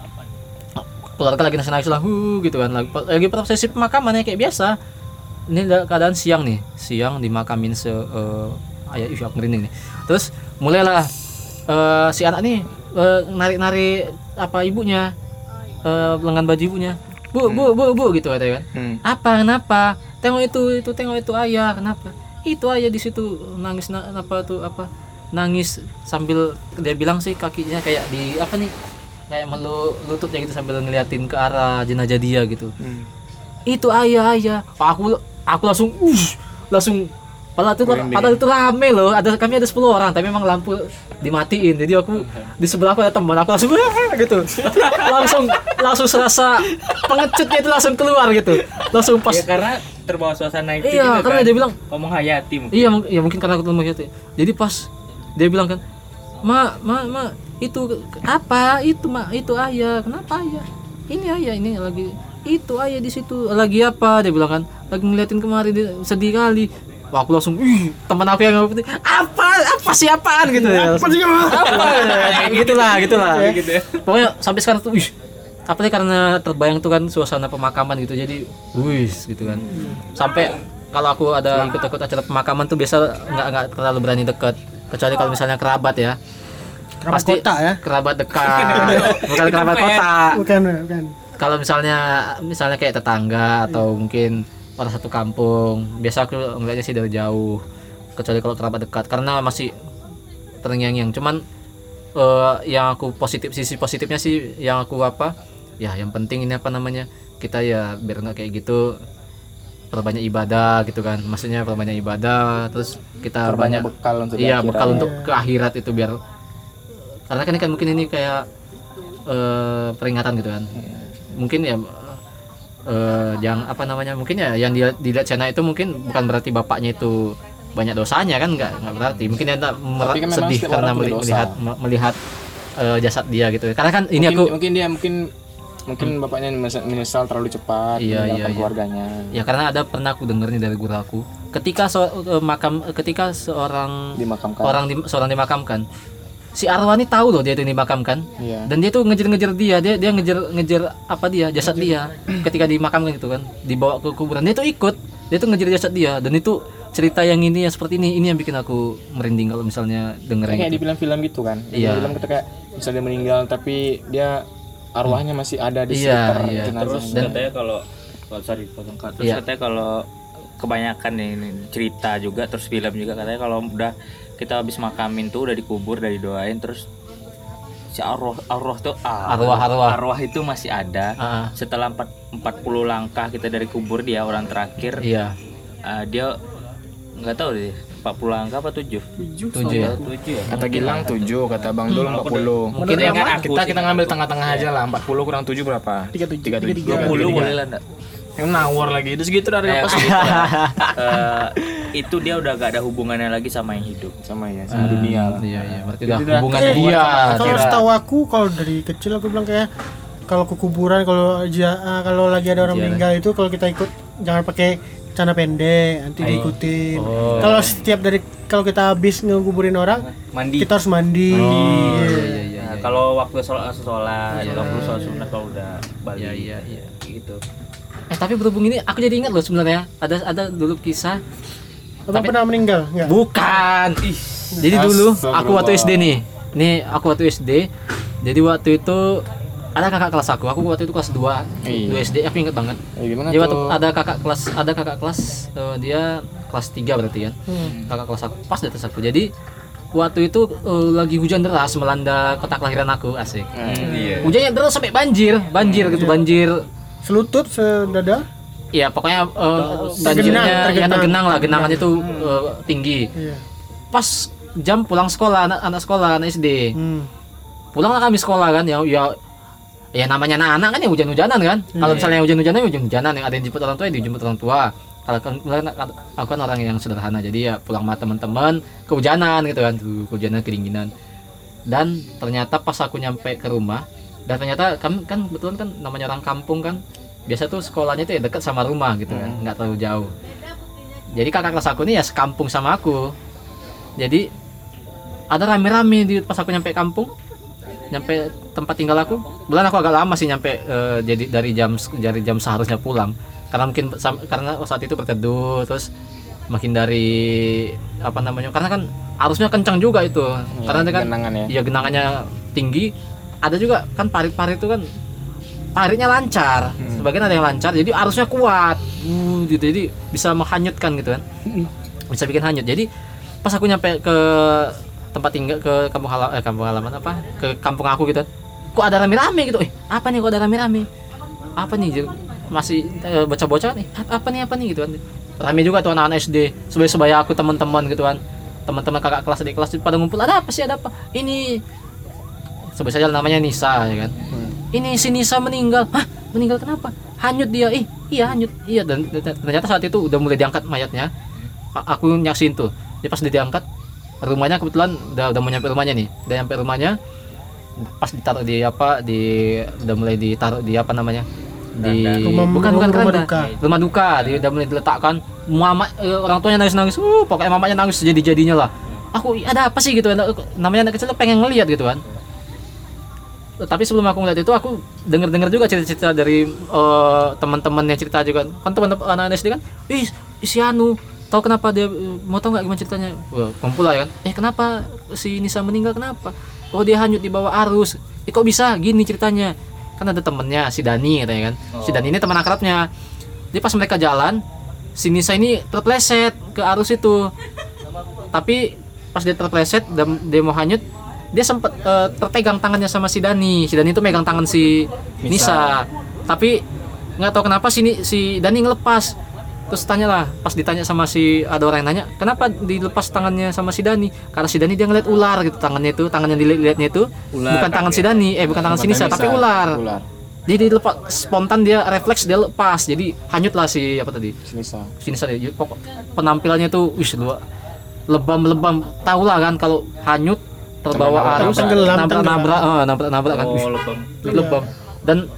keluarga lagi nangis-nangis lah, huh, gitu kan. Lagi, lagi prosesi pemakamannya kayak biasa. Ini keadaan siang nih, siang dimakamin se uh, ayah ih aku merinding nih. Terus mulailah uh, si anak nih uh, narik-narik apa ibunya, uh, lengan baju ibunya. Bu, hmm. bu, bu, bu gitu katanya kan. Hmm. Apa kenapa? Tengok itu, itu tengok itu ayah, kenapa? Itu ayah di situ nangis na, apa tuh apa? Nangis sambil dia bilang sih kakinya kayak di apa nih? Kayak melu lututnya gitu sambil ngeliatin ke arah jenazah dia gitu. Hmm. Itu ayah, ayah. Aku aku langsung uh, langsung Padahal itu, padahal itu rame loh, ada kami ada sepuluh orang, tapi memang lampu dimatiin. Jadi aku di sebelah aku ada teman, aku langsung gitu, langsung langsung serasa pengecutnya itu langsung keluar gitu, langsung pas. Ya, karena terbawa suasana itu. Iya, juga, karena kan? Dia bilang ngomong hayati. Mungkin. Iya, ya mungkin karena aku ngomong hayati. Jadi pas dia bilang kan, ma, ma, ma, itu apa? Itu ma, itu ayah. Kenapa ayah? Ini ayah, ini lagi. Itu ayah di situ lagi apa? Dia bilang kan, lagi ngeliatin kemarin dia sedih kali. Wah, aku langsung, ih, teman aku yang ngomong apa, apa siapaan gitu ya. Apa sih apa? Gitulah, gitulah. Ya, gitu ya. Pokoknya sampai sekarang tuh, ih, apalagi karena terbayang tuh kan suasana pemakaman gitu, jadi, wih, gitu kan. Sampai kalau aku ada ikut-ikut acara pemakaman tuh biasa nggak nggak terlalu berani dekat, kecuali kalau misalnya kerabat ya. Kerabat pasti kota ya? Kerabat dekat, bukan kerabat kota. Bukan, bukan. Kalau misalnya, misalnya kayak tetangga atau mungkin orang satu kampung, biasa aku ngeliatnya sih dari jauh, kecuali kalau kerabat dekat karena masih terngiang-ngiang. Cuman uh, yang aku positif, sisi positifnya sih yang aku apa ya, yang penting ini apa namanya, kita ya biar nggak kayak gitu, perbanyak ibadah gitu kan, maksudnya perbanyak ibadah, terus kita perbanyak banyak bekal untuk iya bekal ya. Untuk ke akhirat itu, biar karena kan ini kan mungkin ini kayak uh, peringatan gitu kan, mungkin ya Uh, yang apa namanya, mungkin ya yang dilihat, dilihat channel itu mungkin bukan berarti bapaknya itu banyak dosanya kan, nggak nggak berarti, mungkin dia tak mer- kan sedih karena melihat melihat uh, jasad dia gitu, karena kan ini mungkin, aku mungkin dia mungkin Mungkin hmm. bapaknya menyesal terlalu cepat iya, meninggalkan iya, keluarganya. Ya karena ada pernah aku dengar nih dari guru aku, ketika so, uh, makam ketika seorang dimakamkan. orang di, seorang dimakamkan, si arwah ini tahu loh dia itu dimakamkan. Iya. Dan dia tuh ngejar-ngejar dia, dia dia ngejar ngejar apa dia jasad dia ketika dimakamkan gitu kan, dibawa ke kuburan. Dia tuh ikut, dia tuh ngejar jasad dia, dan itu cerita yang ini yang seperti ini ini yang bikin aku merinding kalau misalnya dengerin kayak gitu. di film-film gitu kan. Iya. Film ketika misalnya dia meninggal tapi dia arwahnya masih ada di iya, sekitar iya. jenazah. Terus Dan, katanya kalau oh, sorry potong Kak. Terus iya. katanya kalau kebanyakan nih ini, cerita juga terus film juga katanya kalau udah kita habis makamin tuh udah dikubur, udah didoain terus si arwah arwah tuh ah, arwah arwah arwah itu masih ada. Uh-uh. Setelah empat, empat puluh langkah kita dari kubur dia orang terakhir. Iya. Uh, dia nggak tahu deh empat puluh langkah apa tujuh tujuh ya tujuh ya Kata Gilang tujuh, kata Bang Dul empat puluh. Mungkin yang kita kita ngambil tengah-tengah aja lah. empat puluh kurang tujuh berapa? tiga puluh tujuh. tiga puluh tujuh. dua puluh boleh lah enggak? Yang nawar lagi. Itu segitu dari Eh, apa segitu lah. Eh, itu dia udah gak ada hubungannya lagi sama yang hidup. sama ya, sama dunia lah. Iya iya, berarti Jadi udah udah- hubungan Eh, dia. Kalau setahu aku, kalau dari kecil aku bilang kayak kalau ke kuburan, kalau aja ah, kalau lagi ada orang Iya. meninggal itu kalau kita ikut jangan pakai celana pendek, nanti diikutin. Oh. Kalau setiap dari kalau kita habis ngeguburin orang, Mandi. kita harus mandi. Oh, Iya. iya iya iya. Nah, kalau waktu sholat sholat, waktu sholat sunat kalau udah balik. Iya iya iya. Gitu. Eh tapi berhubung ini aku jadi ingat loh sebenarnya ada ada dulu kisah. Abang Tapi- pernah meninggal? Enggak. Bukan. Ih. Jadi dulu aku waktu S D nih. Nih aku waktu S D. Jadi waktu itu ada kakak kelas aku. Aku waktu itu kelas dua. Iya. dua S D. Aku ingat banget. Eh, gimana Jadi waktu tuh? ada kakak kelas ada kakak kelas eh, dia kelas tiga berarti kan. Kakak kelas aku pas di atas aku. Jadi waktu itu eh, lagi hujan deras melanda kota kelahiran aku, asik. Iya. Hujannya deras sampai banjir, banjir gitu, banjir. Selutut, sedada. Iya, pokoknya uh, banjirnya Tergenang, ya tergenang. tergenang lah, genangannya tuh uh, tinggi. Iya. Pas jam pulang sekolah anak anak sekolah anak S D. Hmm. Pulanglah kami sekolah kan ya ya ya namanya anak-anak kan ya hujan-hujanan kan. Kalau misalnya hujan-hujanan ya hujan-hujanan, yang ada yang dijemput orang tua ya dijemput orang tua. Kalau kan aku kan orang yang sederhana, jadi ya pulang sama teman-teman kehujanan gitu kan, tuh kehujanan kedinginan. Dan ternyata pas aku nyampe ke rumah, dan ternyata kan kan betulan kan namanya orang kampung kan, biasa tuh sekolahnya tuh ya dekat sama rumah gitu kan, nggak terlalu jauh. Jadi kakak kelas aku nih ya sekampung sama aku. Jadi ada rame-rame di pas aku nyampe kampung, nyampe tempat tinggal aku. Bulan aku agak lama sih nyampe eh, jadi dari jam dari jam seharusnya pulang. Karena mungkin sam- karena saat itu berteduh, terus makin dari apa namanya? Karena kan arusnya kencang juga itu. Ya, karena kan genangan ya. iya genangannya tinggi. Ada juga kan parit-parit itu kan paritnya lancar. Hmm. Sebagian ada yang lancar, jadi arusnya kuat. Uh, gitu. Jadi bisa menghanyutkan gitu kan. Bisa bikin hanyut. Jadi pas aku nyampe ke tempat tinggal, ke kampung halaman, eh, kampung halaman apa? Ke kampung aku gitu. Kok ada rame-rame gitu. Eh, apa nih kok ada rame-rame? Apa nih? Masih eh, bocah-bocah nih. Apa, apa nih apa nih gitu kan. Rame juga tuh anak-anak S D. Sebaya-sebaya aku teman-teman gitu kan. Teman-teman kakak kelas adik kelas pada ngumpul. Ada apa sih? Ada apa? Ini sebut saja namanya Nisa ya kan. Hmm. Ini si Nisa meninggal. Hah? Meninggal kenapa? Hanyut dia. Ih, iya hanyut. Iya, dan ternyata saat itu udah mulai diangkat mayatnya. Aku nyaksin tuh. Jadi pas dia diangkat, rumahnya kebetulan udah udah mau nyampe rumahnya nih. Udah nyampe rumahnya. Pas ditaruh di apa? Di udah mulai ditaruh di apa namanya? Di Rumah, bukan bukan rumah keranda. duka. Rumah duka. Dia udah mulai diletakkan. Mama eh, orang tuanya nangis-nangis. Uh, pokoknya mamanya nangis jadi-jadinya lah. Aku ada apa sih gitu, namanya anak kecil pengen ngelihat gitu kan. Tapi sebelum aku ngeliat itu aku denger-denger juga cerita-cerita dari uh, teman-teman yang cerita juga kan, teman-teman anak S D kan, ih si Anu tahu kenapa dia, mau tahu nggak gimana ceritanya? Wah, kumpul lah ya kan, eh kenapa si Nisa meninggal, kenapa? Oh dia hanyut di bawah arus. Eh kok bisa gini ceritanya? Kan ada temennya si Dani katanya kan, oh. Si Dani ini teman akrabnya. Jadi pas mereka jalan, si Nisa ini terpleset ke arus itu, tapi pas dia terpleset dan dia mau hanyut, dia sempat uh, terpegang tangannya sama si Dani. Si Dani itu megang tangan si Nisa, Nisa. Tapi nggak tahu kenapa si si Dani ngelepas. Terus tanyalah, pas ditanya sama si ada orang yang nanya, kenapa dilepas tangannya sama si Dani? Karena si Dani dia ngeliat ular gitu, tangannya itu, tangan yang dilihatnya itu ular, bukan tangan si Dani, eh bukan tangan si Nisa, tapi ular. ular. Jadi dilepas spontan, dia refleks dia lepas. Jadi hanyutlah si apa tadi? Si Nisa. Si Nisa dia pokok penampilannya tuh wis luar lebam-lebam, tahulah kan kalau hanyut terbawa arus, nabrak-nabrak, oh, nabrak-nabrak kan, oh, lebam. lebam. Dan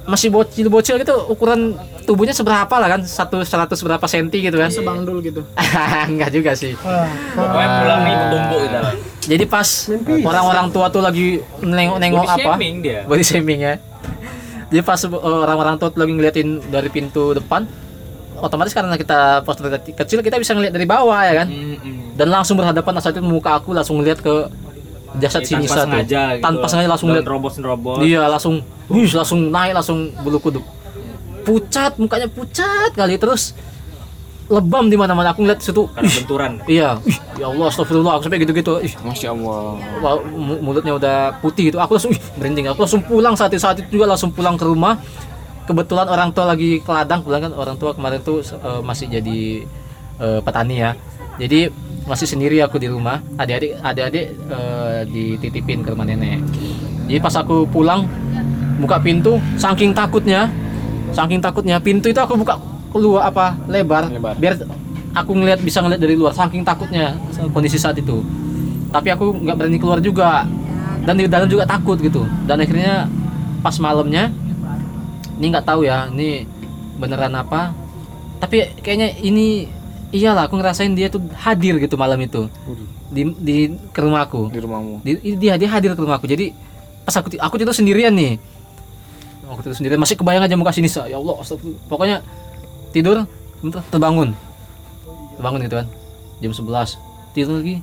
masih bocil-bocil gitu, ukuran tubuhnya seberapa lah kan, satu seratus berapa senti gitu kan. Sebangdul gitu. Enggak juga sih. Pokoknya pulang nih bertumbuk gitu. Jadi pas orang-orang tua tuh lagi nengok-nengok Body apa? shaming dia. Body shaming ya. Jadi pas uh, orang-orang tua tuh lagi ngeliatin dari pintu depan, otomatis karena kita postur kecil kita bisa ngeliat dari bawah ya kan. Mm-mm. Dan langsung berhadapan saat itu muka aku langsung ngeliat ke jasad si Tanpa Nisa tuh. sengaja gitu. Tanpa sengaja langsung ngeliat. Robot-robot. Iya langsung, wih langsung naik langsung bulu kuduk. Pucat, mukanya pucat kali, terus lebam di mana-mana. Aku ngeliat situ. Karena benturan. Iya, ih, ya Allah, astagfirullah, aku sampai gitu-gitu. Ih, Masya Allah. wah, mu- mulutnya udah putih gitu. Aku langsung ih, merinding. Aku langsung pulang saat itu, saat itu juga langsung pulang ke rumah. Kebetulan orang tua lagi ke ladang, kebetulan kan orang tua kemarin tuh uh, masih jadi uh, petani ya. Jadi masih sendiri aku di rumah. Adik-adik adik-adik uh, dititipin ke rumah nenek. Jadi pas aku pulang buka pintu, saking takutnya, saking takutnya pintu itu aku buka keluar apa lebar, Lebar. biar aku ngelihat bisa ngelihat dari luar, saking takutnya kondisi saat itu. Tapi aku nggak berani keluar juga, dan di dalam juga takut gitu. Dan akhirnya pas malamnya, ini nggak tahu ya ini beneran apa, tapi kayaknya ini iyalah aku ngerasain dia tuh hadir gitu malam itu di di ke rumahku. Di rumahmu. Di- dia dia hadir ke rumahku. Jadi pas aku ti- aku tidur sendirian nih, aku tidur sendirian masih kebayang aja muka si Nisa. Ya Allah, astagfirullah. Pokoknya tidur bentar, terbangun terbangun gitu kan jam sebelas, tidur lagi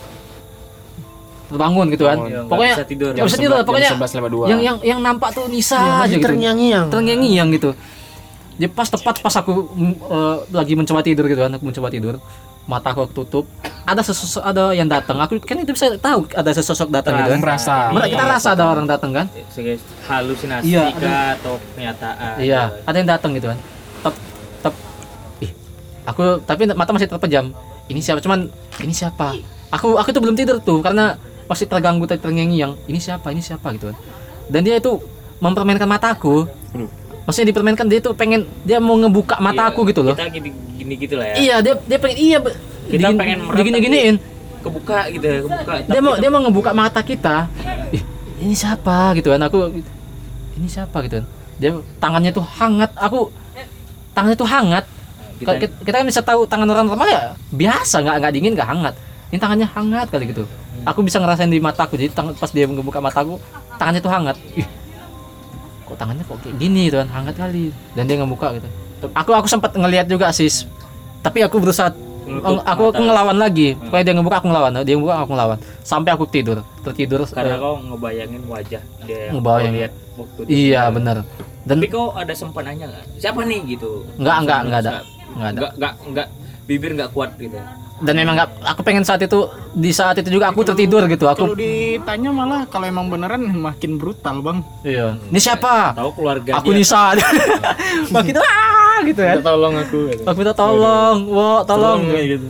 terbangun gitu kan. Bangun. Ya, nggak Pokoknya bisa tidur. nggak bisa tidur, Jam pokoknya sebelas lewat dua. yang yang yang nampak tuh Nisa Ya, aja masih gitu, terngiang-ngiang. terngiang-ngiang gitu. Jadi pas tepat pas aku mm, eh, lagi mencoba tidur gitu kan, aku mencoba tidur, mata aku tutup, ada sesosok ada yang datang. Aku kan itu bisa tahu ada sesosok datang gitu kan. merasa. Mer- Kita rasa ada orang datang kan. Sebagai halusinasi Iya, kah atau kenyataan. Iya, ada yang datang gitu kan. Tep, tep. Ih, aku tapi mata masih terpejam. Ini siapa? Cuman ini siapa? Aku aku tuh belum tidur tuh karena masih terganggu tadi terngiang-ngiang. Ini siapa? Ini siapa gitu kan. Dan dia itu mempermainkan mataku. Maksudnya dipermainkan, dia tuh pengen dia mau ngebuka mata aku gitu loh. Kita gini, gini gitu lah ya. Iya, dia dia pengen iya be- Kita digin- pengen merem, digini-giniin. Kebuka gitu ya, kebuka. Dia mau dia mau ngebuka mata kita. Ih, ini siapa gitu kan. Aku ini siapa gitu kan. Dia tangannya tuh hangat. Aku tangannya tuh hangat. Kita- Kita, kita kan bisa tahu tangan orang normal ya biasa, nggak nggak dingin nggak hangat. Ini tangannya hangat kali gitu. Aku bisa ngerasain di mataku. Jadi tang- pas dia ngebuka mataku, tangannya tuh hangat. Ih, kok tangannya kok kayak gini gitu kan, hangat kali. Dan dia ngebuka gitu. Aku aku sempat ngelihat juga sis. Tapi aku berusaha Menutup aku aku mata. ngelawan lagi. Pokoknya dia ngebuka aku ngelawan, dia ngebuka aku ngelawan. Sampai aku tidur, tertidur. Karena eh, kau ngebayangin wajah dia. Ngebayangin. Kau lihat waktu dia iya tidur. benar. Dan Tapi kau ada sempat nanya nggak? Siapa nih gitu? Enggak, enggak, enggak ada. Nggak- Enggak ada. Nggak nggak nggak bibir nggak kuat gitu. Dan memang nggak, aku pengen saat itu, di saat itu juga aku tertidur gitu. Kalau Aku ditanya malah kalau emang beneran makin brutal, Bang. iya. Ini siapa? Tahu keluarga Aku dia. Nisa. Makin ah gitu ya. Tolong aku. Gitu. Aku minta tolong, wo, tolong. gitu.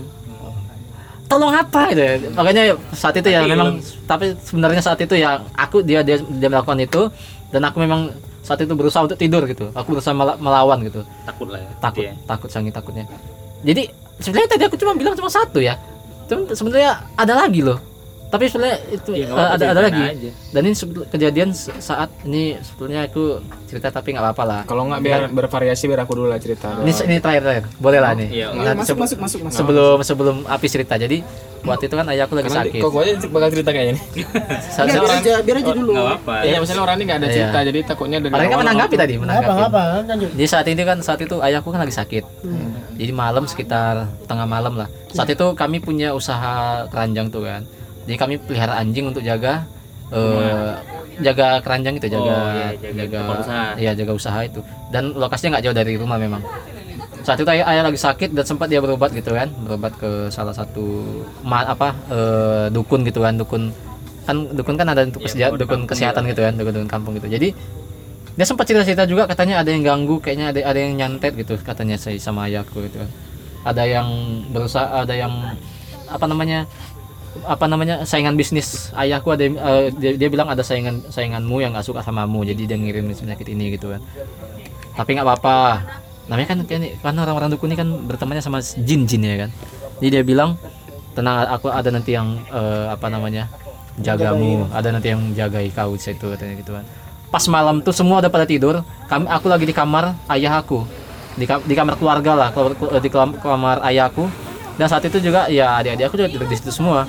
Tolong apa gitu ya. Makanya saat itu ya Tapi memang, belum- tapi sebenarnya saat itu ya aku dia dia dia melakukan itu, dan aku memang saat itu berusaha untuk tidur gitu. Aku berusaha mela- melawan gitu. Takut lah ya. Takut, dia. takut sangat takutnya. Jadi sebenarnya tadi aku cuma bilang cuma satu ya. Cuman sebenarnya ada lagi loh. Tapi sebenarnya itu Ya, nggak eh, apa-apa, ada ada ceritain lagi. aja. Dan ini sebetulnya kejadian se- saat ini sebetulnya aku cerita tapi nggak apa-apa lah. Kalau nggak biar bervariasi biar aku dulu lah cerita. Ini ini terakhir terakhir. Boleh lah nih. Iya, Nanti masuk, sebe- masuk, masuk, masuk. Sebelum sebelum Api cerita. Jadi waktu itu kan ayahku lagi Karena sakit. kok gue aja bakal cerita kayaknya nih. Sa- Biar, sa- biar aja, biar aja dulu. Nggak apa. Iya, misalnya orang ini nggak ada Iya. cerita, jadi takutnya dari Orang kan awal menanggapi waktu- tadi, menanggapi. Apa apa lanjut. Jadi saat itu kan saat itu ayahku kan lagi sakit. Jadi malam sekitar tengah malam lah. Saat itu kami punya usaha keranjang tuh kan. Jadi kami pelihara anjing untuk jaga eh, jaga keranjang itu, jaga Oh, iya, jaga jaga tempat usaha. iya jaga usaha itu. Dan lokasinya nggak jauh dari rumah memang. Saat itu ayah, ayah lagi sakit dan sempat dia berobat gitu kan, berobat ke salah satu ma- apa eh, dukun gitu kan, dukun kan dukun kan ada untuk Iya, keseja- kalau di dukun kampung kesehatan gitu. gitu kan, dukun dukun kampung gitu. Jadi dia sempat cerita-cerita juga, katanya ada yang ganggu, kayaknya ada ada yang nyantet gitu katanya saya sama ayahku gitu kan. Ada yang berusaha, ada yang apa namanya apa namanya saingan bisnis ayahku, ada yang, eh, dia, dia bilang ada saingan sainganmu yang gak suka samamu, jadi dia ngirim penyakit ini gitu kan. Tapi nggak apa-apa, namanya kan kayak- karena orang-orang dukun ini kan bertemannya sama jin-jin ya kan. Jadi dia bilang tenang, aku ada nanti yang eh, apa namanya jagamu, ada nanti yang jagai kau situ katanya gitu kan. pas malam tuh semua udah pada tidur, kami aku lagi di kamar ayah aku, di, di kamar keluarga lah, di kamar ayahku. Dan saat itu juga ya adik-adik aku juga tidur di situ semua,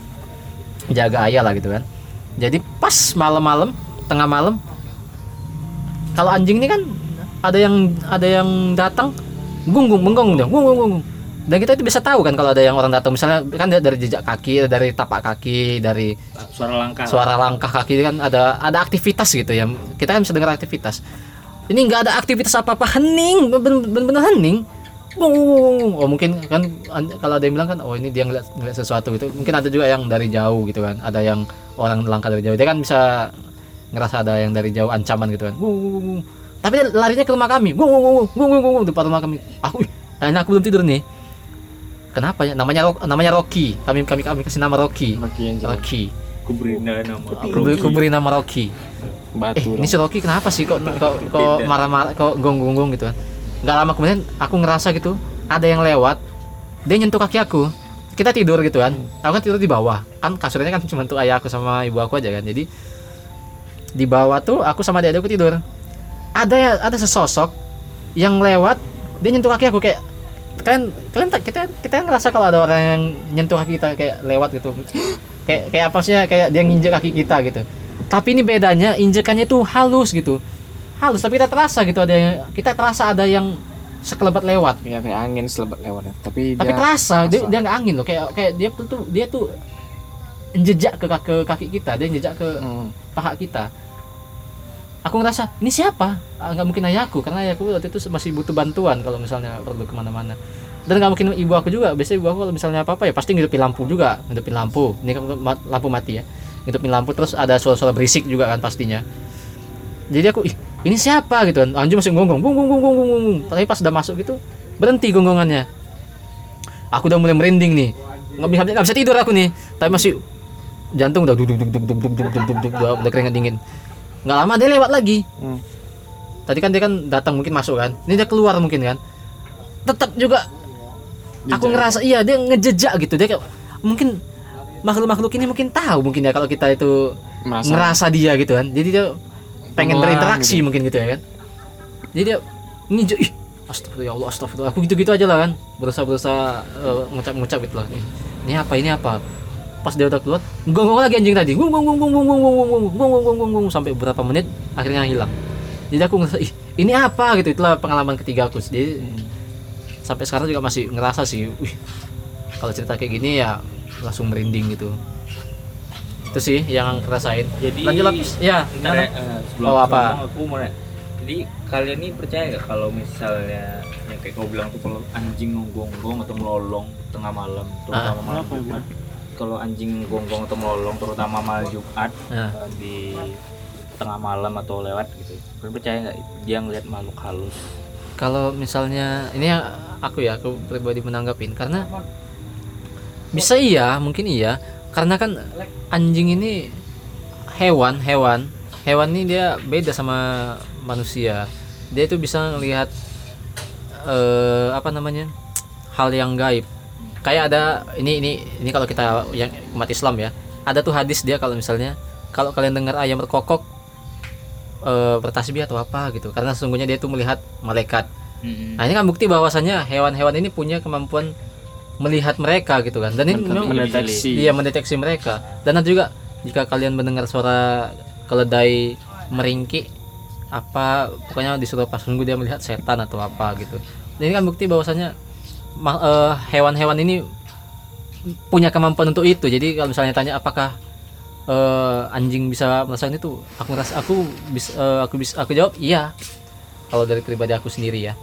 jaga ayah lah gitu kan. Jadi pas malam-malam, tengah malam, kalau anjing ini kan ada yang ada yang datang, gung-gung, menggong dia, gung-gung. Dan kita itu bisa tahu kan kalau ada yang orang datang, misalnya kan dari jejak kaki, dari tapak kaki, dari suara langkah, suara langkah kaki kan ada ada aktivitas gitu ya. Kita kan bisa dengar aktivitas. Ini nggak ada aktivitas apa-apa, hening, bener-bener hening. Oh mungkin kan kalau ada yang bilang kan, oh ini dia ngeliat, ngeliat sesuatu gitu. Mungkin ada juga yang dari jauh gitu kan, ada yang orang langkah dari jauh, dia kan bisa ngerasa ada yang dari jauh ancaman gitu kan. Tapi dia larinya ke rumah kami, depan rumah kami. Aku, nah aku belum tidur nih. Kenapa ya? Namanya namanya Rocky. Kami kami kami kasih nama Rocky. Rocky. Kuberi nama. Kuberi nama Rocky. Batu. Eh, ini si Rocky kenapa sih kok kok kok marah-marah, kok gonggong-gonggong gitu kan? Gak lama kemudian aku ngerasa gitu ada yang lewat, dia nyentuh kaki aku. Kita tidur gitu kan, aku kan tidur di bawah kan, kasurnya kan cuma tuh ayah aku sama ibu aku aja kan. Jadi di bawah tuh aku sama adik-adikku tidur, ada ada sesosok yang lewat, dia nyentuh kaki aku. Kayak kalian kalian kita kita ngerasa kalau ada orang yang nyentuh kaki kita kayak lewat gitu, kayak kayak apa sih, kayak dia nginjek kaki kita gitu. Tapi ini bedanya, injekannya tuh halus gitu, halus tapi kita terasa gitu, ada yang, kita terasa ada yang sekelebat lewat. Ya kayak angin selebat lewat ya. Tapi tapi dia terasa dia, dia nggak angin loh, kayak kayak dia tuh dia tuh jejak ke, ke kaki kita, dia jejak ke hmm. paha kita. Aku ngerasa ini siapa? Nggak mungkin ayahku, karena ayahku waktu itu masih butuh bantuan kalau misalnya perlu kemana-mana. Dan nggak mungkin ibu aku juga. Biasanya ibu aku kalau misalnya apa-apa ya pasti ngidupin lampu juga, ngidupin lampu. Ini kan lampu mati ya, ngidupin lampu, terus ada suara-suara berisik juga kan pastinya. Jadi aku, ih, ini siapa gitu kan? Anjing masih gonggong, bung bung bung bung bung bung. Tapi pas udah masuk gitu, berhenti gonggongannya. Aku udah mulai merinding nih, nggak bisa nggak bisa tidur aku nih. Tapi masih jantung udah duk duk duk duk duk duk duk duk duk, udah keringat dingin. Nggak lama dia lewat lagi. Hmm. Tadi kan dia kan datang mungkin masuk kan, ini dia keluar mungkin kan. Tetap juga, aku ngerasa iya dia ngejejak gitu. Dia kayak mungkin makhluk-makhluk ini mungkin tahu mungkin ya kalau kita itu merasa, ngerasa dia gitu kan. Jadi dia pengen Wah, berinteraksi gitu. Mungkin gitu ya kan. Jadi dia ngejek, ih astagfirullah ya Allah, astagfirullah. Aku gitu-gitu aja lah kan, berusaha-berusaha uh, ngucap-ngucap gitu lah. Ini apa, ini apa? Pas dia udah keluar, gonggong lagi anjing tadi, gung gung gung gung gung gung gung gung gung gung sampai beberapa menit akhirnya hilang. Jadi aku ngerasa, ih ini apa gitu. Itulah pengalaman ketiga aku. Jadi hmm. sampai sekarang juga masih ngerasa sih, wih kalau cerita kayak gini ya langsung merinding gitu. Itu sih yang ngerasain. Jadi lanjut lapis ya. Bentar, uh, sebelum oh, apa? Aku mau nanya. Jadi kalian ini percaya nggak kalau misalnya yang kayak kau bilang tuh, kalau anjing ngonggong atau melolong tengah malam, terutama ah, malam Jumat. Kalau anjing gonggong atau melolong terutama malam Jumat ah. uh, di tengah malam atau lewat gitu, kalian percaya nggak dia ngelihat makhluk halus? Kalau misalnya ini yang aku ya, aku pribadi menanggapin, karena bisa iya, mungkin iya, karena kan anjing ini hewan, hewan, hewan ini dia beda sama manusia. Dia itu bisa melihat eh, apa namanya, hal yang gaib. Kayak ada ini ini ini kalau kita yang umat Islam ya, ada tuh hadis dia kalau misalnya kalau kalian dengar ayam berkokok eh, bertasbih atau apa gitu, karena sesungguhnya dia tuh melihat malaikat. Mm-hmm. Nah ini kan bukti bahwasannya hewan-hewan ini punya kemampuan melihat mereka gitu kan, dan ini memang mendeteksi, iya mendeteksi mereka. Dan juga jika kalian mendengar suara keledai meringkik apa, pokoknya disuruh pas nunggu dia melihat setan atau apa gitu. Dan ini kan bukti bahwasannya ma- uh, hewan-hewan ini punya kemampuan untuk itu. Jadi kalau misalnya tanya apakah uh, anjing bisa merasakan itu, aku rasa aku bisa uh, aku bisa aku jawab iya. Kalau dari pribadi aku sendiri ya.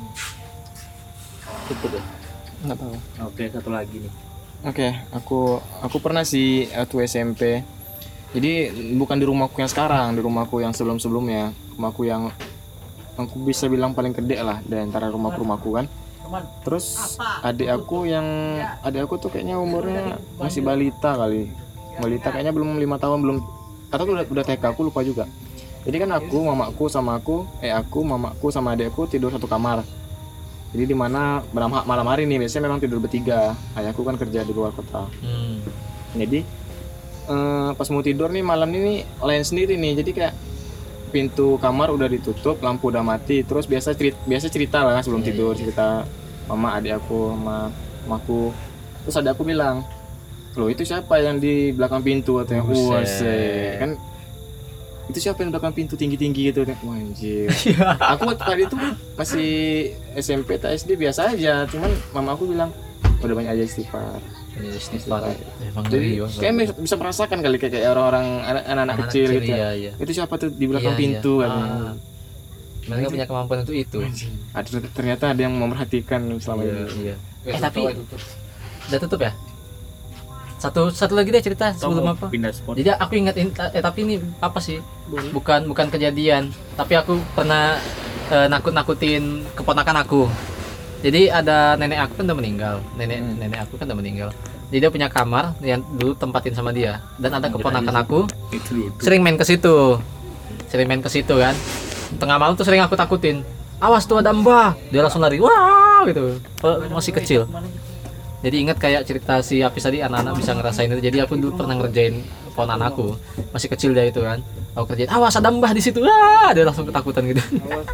Cukup ya. Nggak tahu. Oke, satu lagi nih. Oke, aku aku pernah sih waktu S M P. Jadi bukan di rumahku yang sekarang, di rumahku yang sebelum-sebelumnya, rumahku yang aku bisa bilang paling gede lah dari antara rumah-rumahku kan. Terus adik aku yang adik aku tuh kayaknya umurnya masih balita kali. Balita kayaknya belum lima tahun, belum atau udah udah T K, aku lupa juga. Jadi kan aku, mamaku sama aku, eh aku, mamaku sama adikku tidur satu kamar. Jadi di mana malam, malam hari nih biasanya memang tidur bertiga. Ayahku kan kerja di luar kota. Hmm. Jadi eh, pas mau tidur nih malam ini lain sendiri nih. Jadi kayak pintu kamar udah ditutup, lampu udah mati, terus biasa cerita, biasa cerita lah sebelum Iya, tidur, iya. cerita mama adik aku sama mamaku. Terus ada aku bilang, loh itu siapa yang di belakang pintu katanya. Wah, Buset. kan itu siapa yang di belakang pintu tinggi-tinggi gitu. Wah, anjir. Aku tadi itu masih S M P atau S D biasa aja, cuman mama aku bilang udah banyak aja istighfar. Ini istighfar. Emang Jadi ngeri, kayak Bang. bisa merasakan kali kayak kayak orang-orang anak- anak-anak kecil gitu. Iya, iya. Itu siapa tuh di belakang Iya, pintu iya. katanya. Ah. Mereka punya kemampuan untuk itu. Ada ternyata ada yang memperhatikan selama Iya, ini. iya. Eh, tapi udah tutup ya? Satu satu lagi deh cerita Atau sebelum mau apa? pindah spot. Jadi aku ingetin eh tapi ini apa sih? Bukan bukan kejadian, tapi aku pernah eh, nakut-nakutin keponakan aku. Jadi ada nenek aku kan udah meninggal. Nenek nenek aku kan udah meninggal. Jadi dia punya kamar yang dulu tempatin sama dia. Dan ada keponakan aku Itu dulu. sering main ke situ. Sering main ke situ kan. Tengah malam tuh sering aku takutin. Awas tuh ada mbah. Dia langsung lari. Wah gitu. Eh, Masih kecil. Jadi ingat kayak cerita si Apis tadi, anak-anak bisa ngerasain itu. Jadi aku dulu pernah ngerjain ponan aku. Masih kecil dia itu kan. Aku kerjain, awas ada mbah di situ. Wah, dia langsung ketakutan gitu.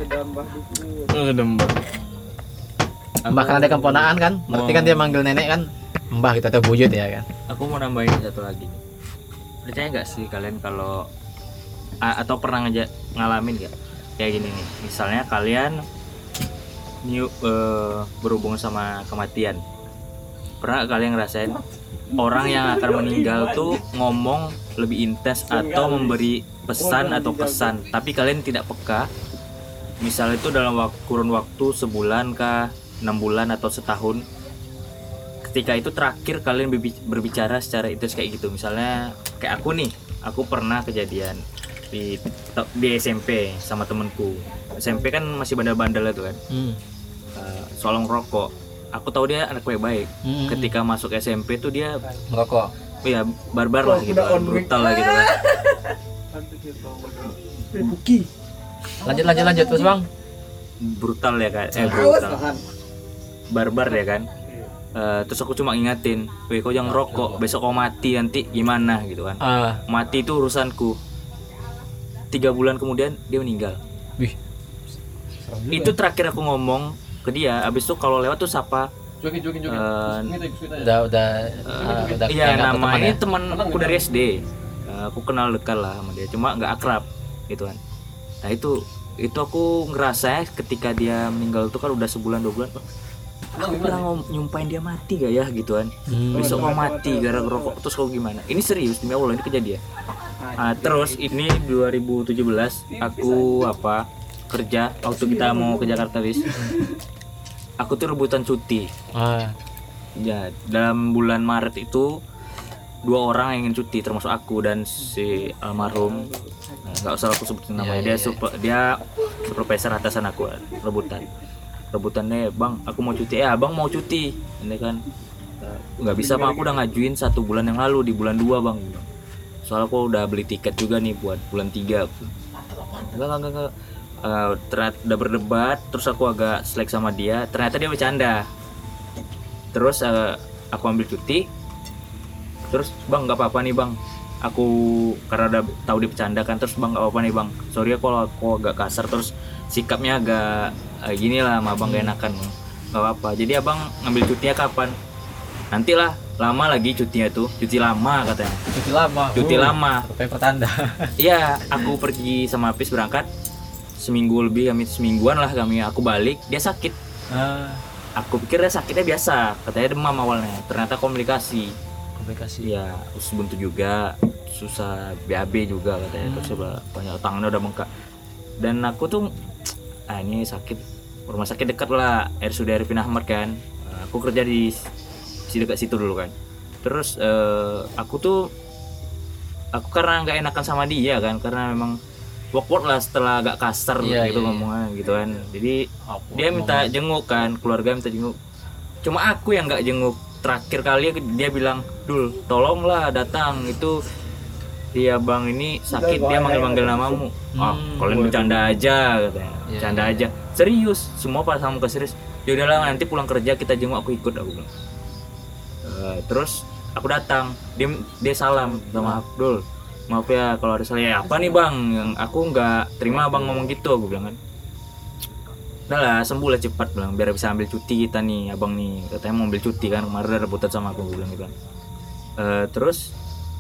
Oh, dembah. Mbah karena dia kan ponaan kan. Berarti kan dia manggil nenek kan mbah gitu atau buyut ya kan. Aku mau nambahin satu lagi nih. Percaya nggak sih kalian kalau a- atau pernah ngajak ngalamin nggak kayak gini nih? Misalnya kalian new, eh, berhubungan sama kematian. Pernah nggak kalian ngerasain orang yang akan meninggal tuh ngomong lebih intens atau memberi pesan atau kesan, tapi kalian tidak peka. Misalnya itu dalam wak- kurun waktu sebulan kah, enam bulan atau setahun. Ketika itu terakhir kalian berbi- berbicara secara intens kayak gitu. Misalnya kayak aku nih, aku pernah kejadian di di S M P sama temenku. S M P kan masih bandel-bandel itu kan, Hmm. uh, soal ngerokok. Aku tahu dia anak baik-baik. Hmm. Ketika masuk S M P tuh dia Merokok. ya barbar lah gitu, kan, brutal lah gitu kan. Buki. Lanjut lanjut lanjut terus bang. Brutal ya kan, eh brutal, barbar ya kan. Uh, terus aku cuma ingatin, weh kau jangan rokok, besok kau mati nanti gimana gitu kan. Ah, Mati itu urusanku. Tiga bulan kemudian dia meninggal. wih. Itu terakhir aku ngomong ke dia. Abis itu kalau lewat tuh sapa. eh, Udah udah ah, udah Iya, kayak nggak nama berteman ini ya? teman aku dari S D. Eh, aku kenal dekat lah sama dia, cuma nggak akrab gitu kan. Nah itu itu aku ngerasa ya ketika dia meninggal tuh kan udah sebulan dua bulan. Aku pernah ngom- nyumpain dia mati gak ya gitu kan. Hmm. Besok kau mati gara rokok, terus kau gimana? Ini serius demi Allah, ini kejadian. Ah, terus ini dua ribu tujuh belas aku apa kerja waktu kita mau ke Jakarta Wis. Aku tuh rebutan cuti. Ah, Ya, dalam bulan Maret itu dua orang yang ingin cuti termasuk aku dan si almarhum. Nah, nggak usah aku sebutin namanya. Iya, Dia iya, super, dia supervisor atasan aku rebutan. Rebutannya, "Bang, aku mau cuti." "Eh, Abang mau cuti." Ini kan "Eh, nggak bisa, Bang. Aku udah ngajuin satu bulan yang lalu di bulan dua, Bang. Soalnya aku udah beli tiket juga nih buat bulan tiga. Enggak, enggak, enggak, enggak. Eh, ternyata udah berdebat, terus aku agak selek sama dia. Ternyata dia bercanda. Terus eh, aku ambil cuti. Terus, "Bang, nggak apa-apa nih, Bang. Aku karena udah tahu dia bercanda kan, terus Bang nggak apa-apa nih, Bang. Sorry ya kalau aku agak kasar, terus sikapnya agak eh, gini lah sama Abang, gak enakan. Nggak apa-apa. Jadi Abang ngambil cutinya kapan? Nantilah, lama lagi cutinya tuh. Cuti lama katanya. cuti lama. Cuti Uh, lama. Sampai pertanda. Iya, aku pergi sama Apis berangkat seminggu lebih, kami semingguan lah kami. Aku balik, dia sakit. Ah, Aku pikir dia sakitnya biasa, katanya demam awalnya. Ternyata komplikasi. komplikasi. Iya, usus buntu juga, susah B A B juga katanya. Terus coba banyak tangannya udah bengkak. Dan aku tuh, ah ini sakit, rumah sakit dekat lah, R S U D Arifin Ahmad kan. Aku kerja di si dekat situ dulu kan. Terus eh, aku tuh, aku karena nggak enakan sama dia kan, karena memang awkward lah setelah agak kasar Iya, gitu iya, ngomongnya gitu kan. Jadi Awkward dia minta jenguk kan, keluarga minta jenguk. Cuma aku yang nggak jenguk. Terakhir kali dia bilang, "Dul, tolonglah datang, itu dia Bang ini sakit, dia manggil-manggil namamu." "Ah, kalian bercanda aja," katanya. Iya, Bercanda aja. Serius, semua pada sama ke serius. "Ya udahlah, nanti pulang kerja kita jenguk, aku ikut," aku bilang. Eh, terus aku datang, dia dia salam sama aku, "Dul, maaf ya kalau ada salah. Ya apa nih bang, yang aku nggak terima abang ngomong gitu, aku bilang kan. Udah lah, sembuh lah cepat bilang, biar bisa ambil cuti kita nih, abang nih katanya mau ambil cuti kan, kemarin udah rebutan sama aku, gue bilang gitu kan. Uh, terus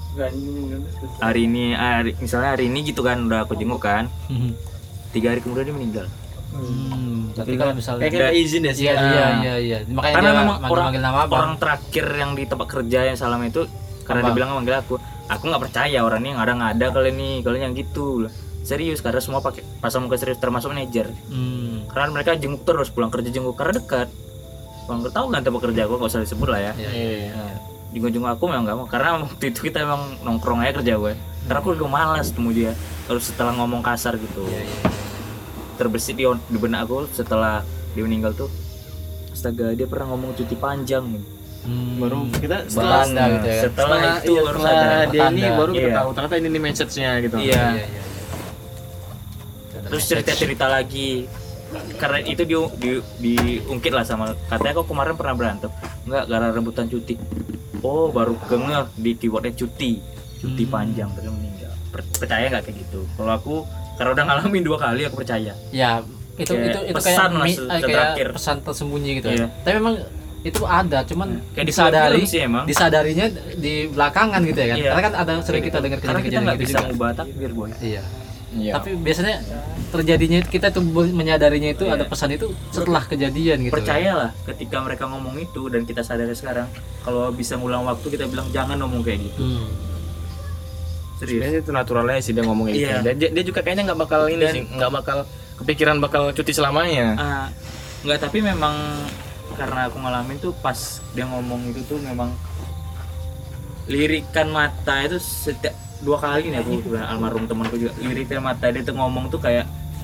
hari ini, hari, misalnya hari ini gitu kan, udah aku jenguk kan, tiga hari kemudian dia meninggal. Hmm, tapi kalau misalnya kayak kita izin ya sih. iya iya iya iya makanya Karena dia memang manggil, orang manggil nama abang. orang terakhir yang di tempat kerja yang salam itu, karena dia bilang manggil aku, aku nggak percaya orang ini nggak ada nggak ada kalian nih, kalian yang gitu lah. Serius, karena semua pakai pasang muka serius termasuk manajer. Hmm. Karena mereka jenguk terus, pulang kerja jenguk karena dekat. Bang tahu kan tempat kerja aku, nggak usah disebut lah ya. Iya, iya. Nah, jenguk-jenguk aku memang nggak mau, karena waktu itu kita emang nongkrong aja kerja gue. Karena aku juga malas temu dia. Terus setelah ngomong kasar gitu, Iya, iya. terbesit di, di benak aku setelah dia meninggal tuh, astaga dia pernah ngomong cuti panjang. Hmm. Baru kita setelah Bertanda gitu ya. Setelah itu iya, baru setelah sadar. dia ini Bertanda. baru kita Iya. tahu ternyata ini nih message-nya gitu. Iya. Iya, iya. Terus cerita-cerita lagi, karena itu di, di, diungkit lah sama, katanya kok kemarin pernah berantem. Enggak, gara rebutan cuti. Oh baru kengeh di keywordnya cuti, cuti Hmm. panjang terus meninggal. Per- percaya nggak kayak gitu? Kalau aku karena udah ngalamin dua kali, aku percaya. Ya, itu Kayak itu itu pesan kayak lah mi- se- eh, terakhir. kayak pesan tersembunyi gitu Iya. ya. Tapi memang itu ada, cuman Kayak di disadari film sih emang. disadarinya di belakangan gitu ya kan. Iya. Karena kan ada sering kita dengar Karena kita kejadian-kejadian nggak gitu bisa juga. ngubah takdir boy. Iya. Iya. Tapi biasanya terjadinya kita tuh menyadarinya itu Iya. ada pesan itu setelah kejadian gitu. Percayalah ketika mereka ngomong itu dan kita sadari sekarang, kalau bisa ngulang waktu kita bilang jangan ngomong kayak gitu. Hmm. Serius. Sebenarnya itu naturalnya sih dia ngomong kayak gitu. Iya. Dan dia, dia juga kayaknya nggak bakal ini Dan- sih, nggak bakal kepikiran bakal cuti selamanya. Ah, nggak, tapi memang karena aku ngalamin tuh pas dia ngomong itu tuh memang lirikan mata itu setiap dua kali nih aku bilang almarhum temanku juga, lirikan mata dia tuh ngomong tuh kayak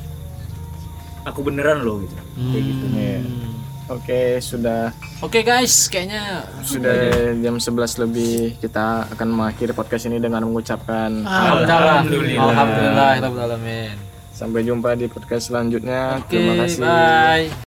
aku beneran loh gitu. Kayak gitu. Iya. Oke, sudah Oke guys, kayaknya sudah jam sebelas lebih, kita akan mengakhiri podcast ini dengan mengucapkan Alhamdulillah. Alhamdulillah, Alhamdulillah. sampai jumpa di podcast selanjutnya. Oke, Terima kasih. bye.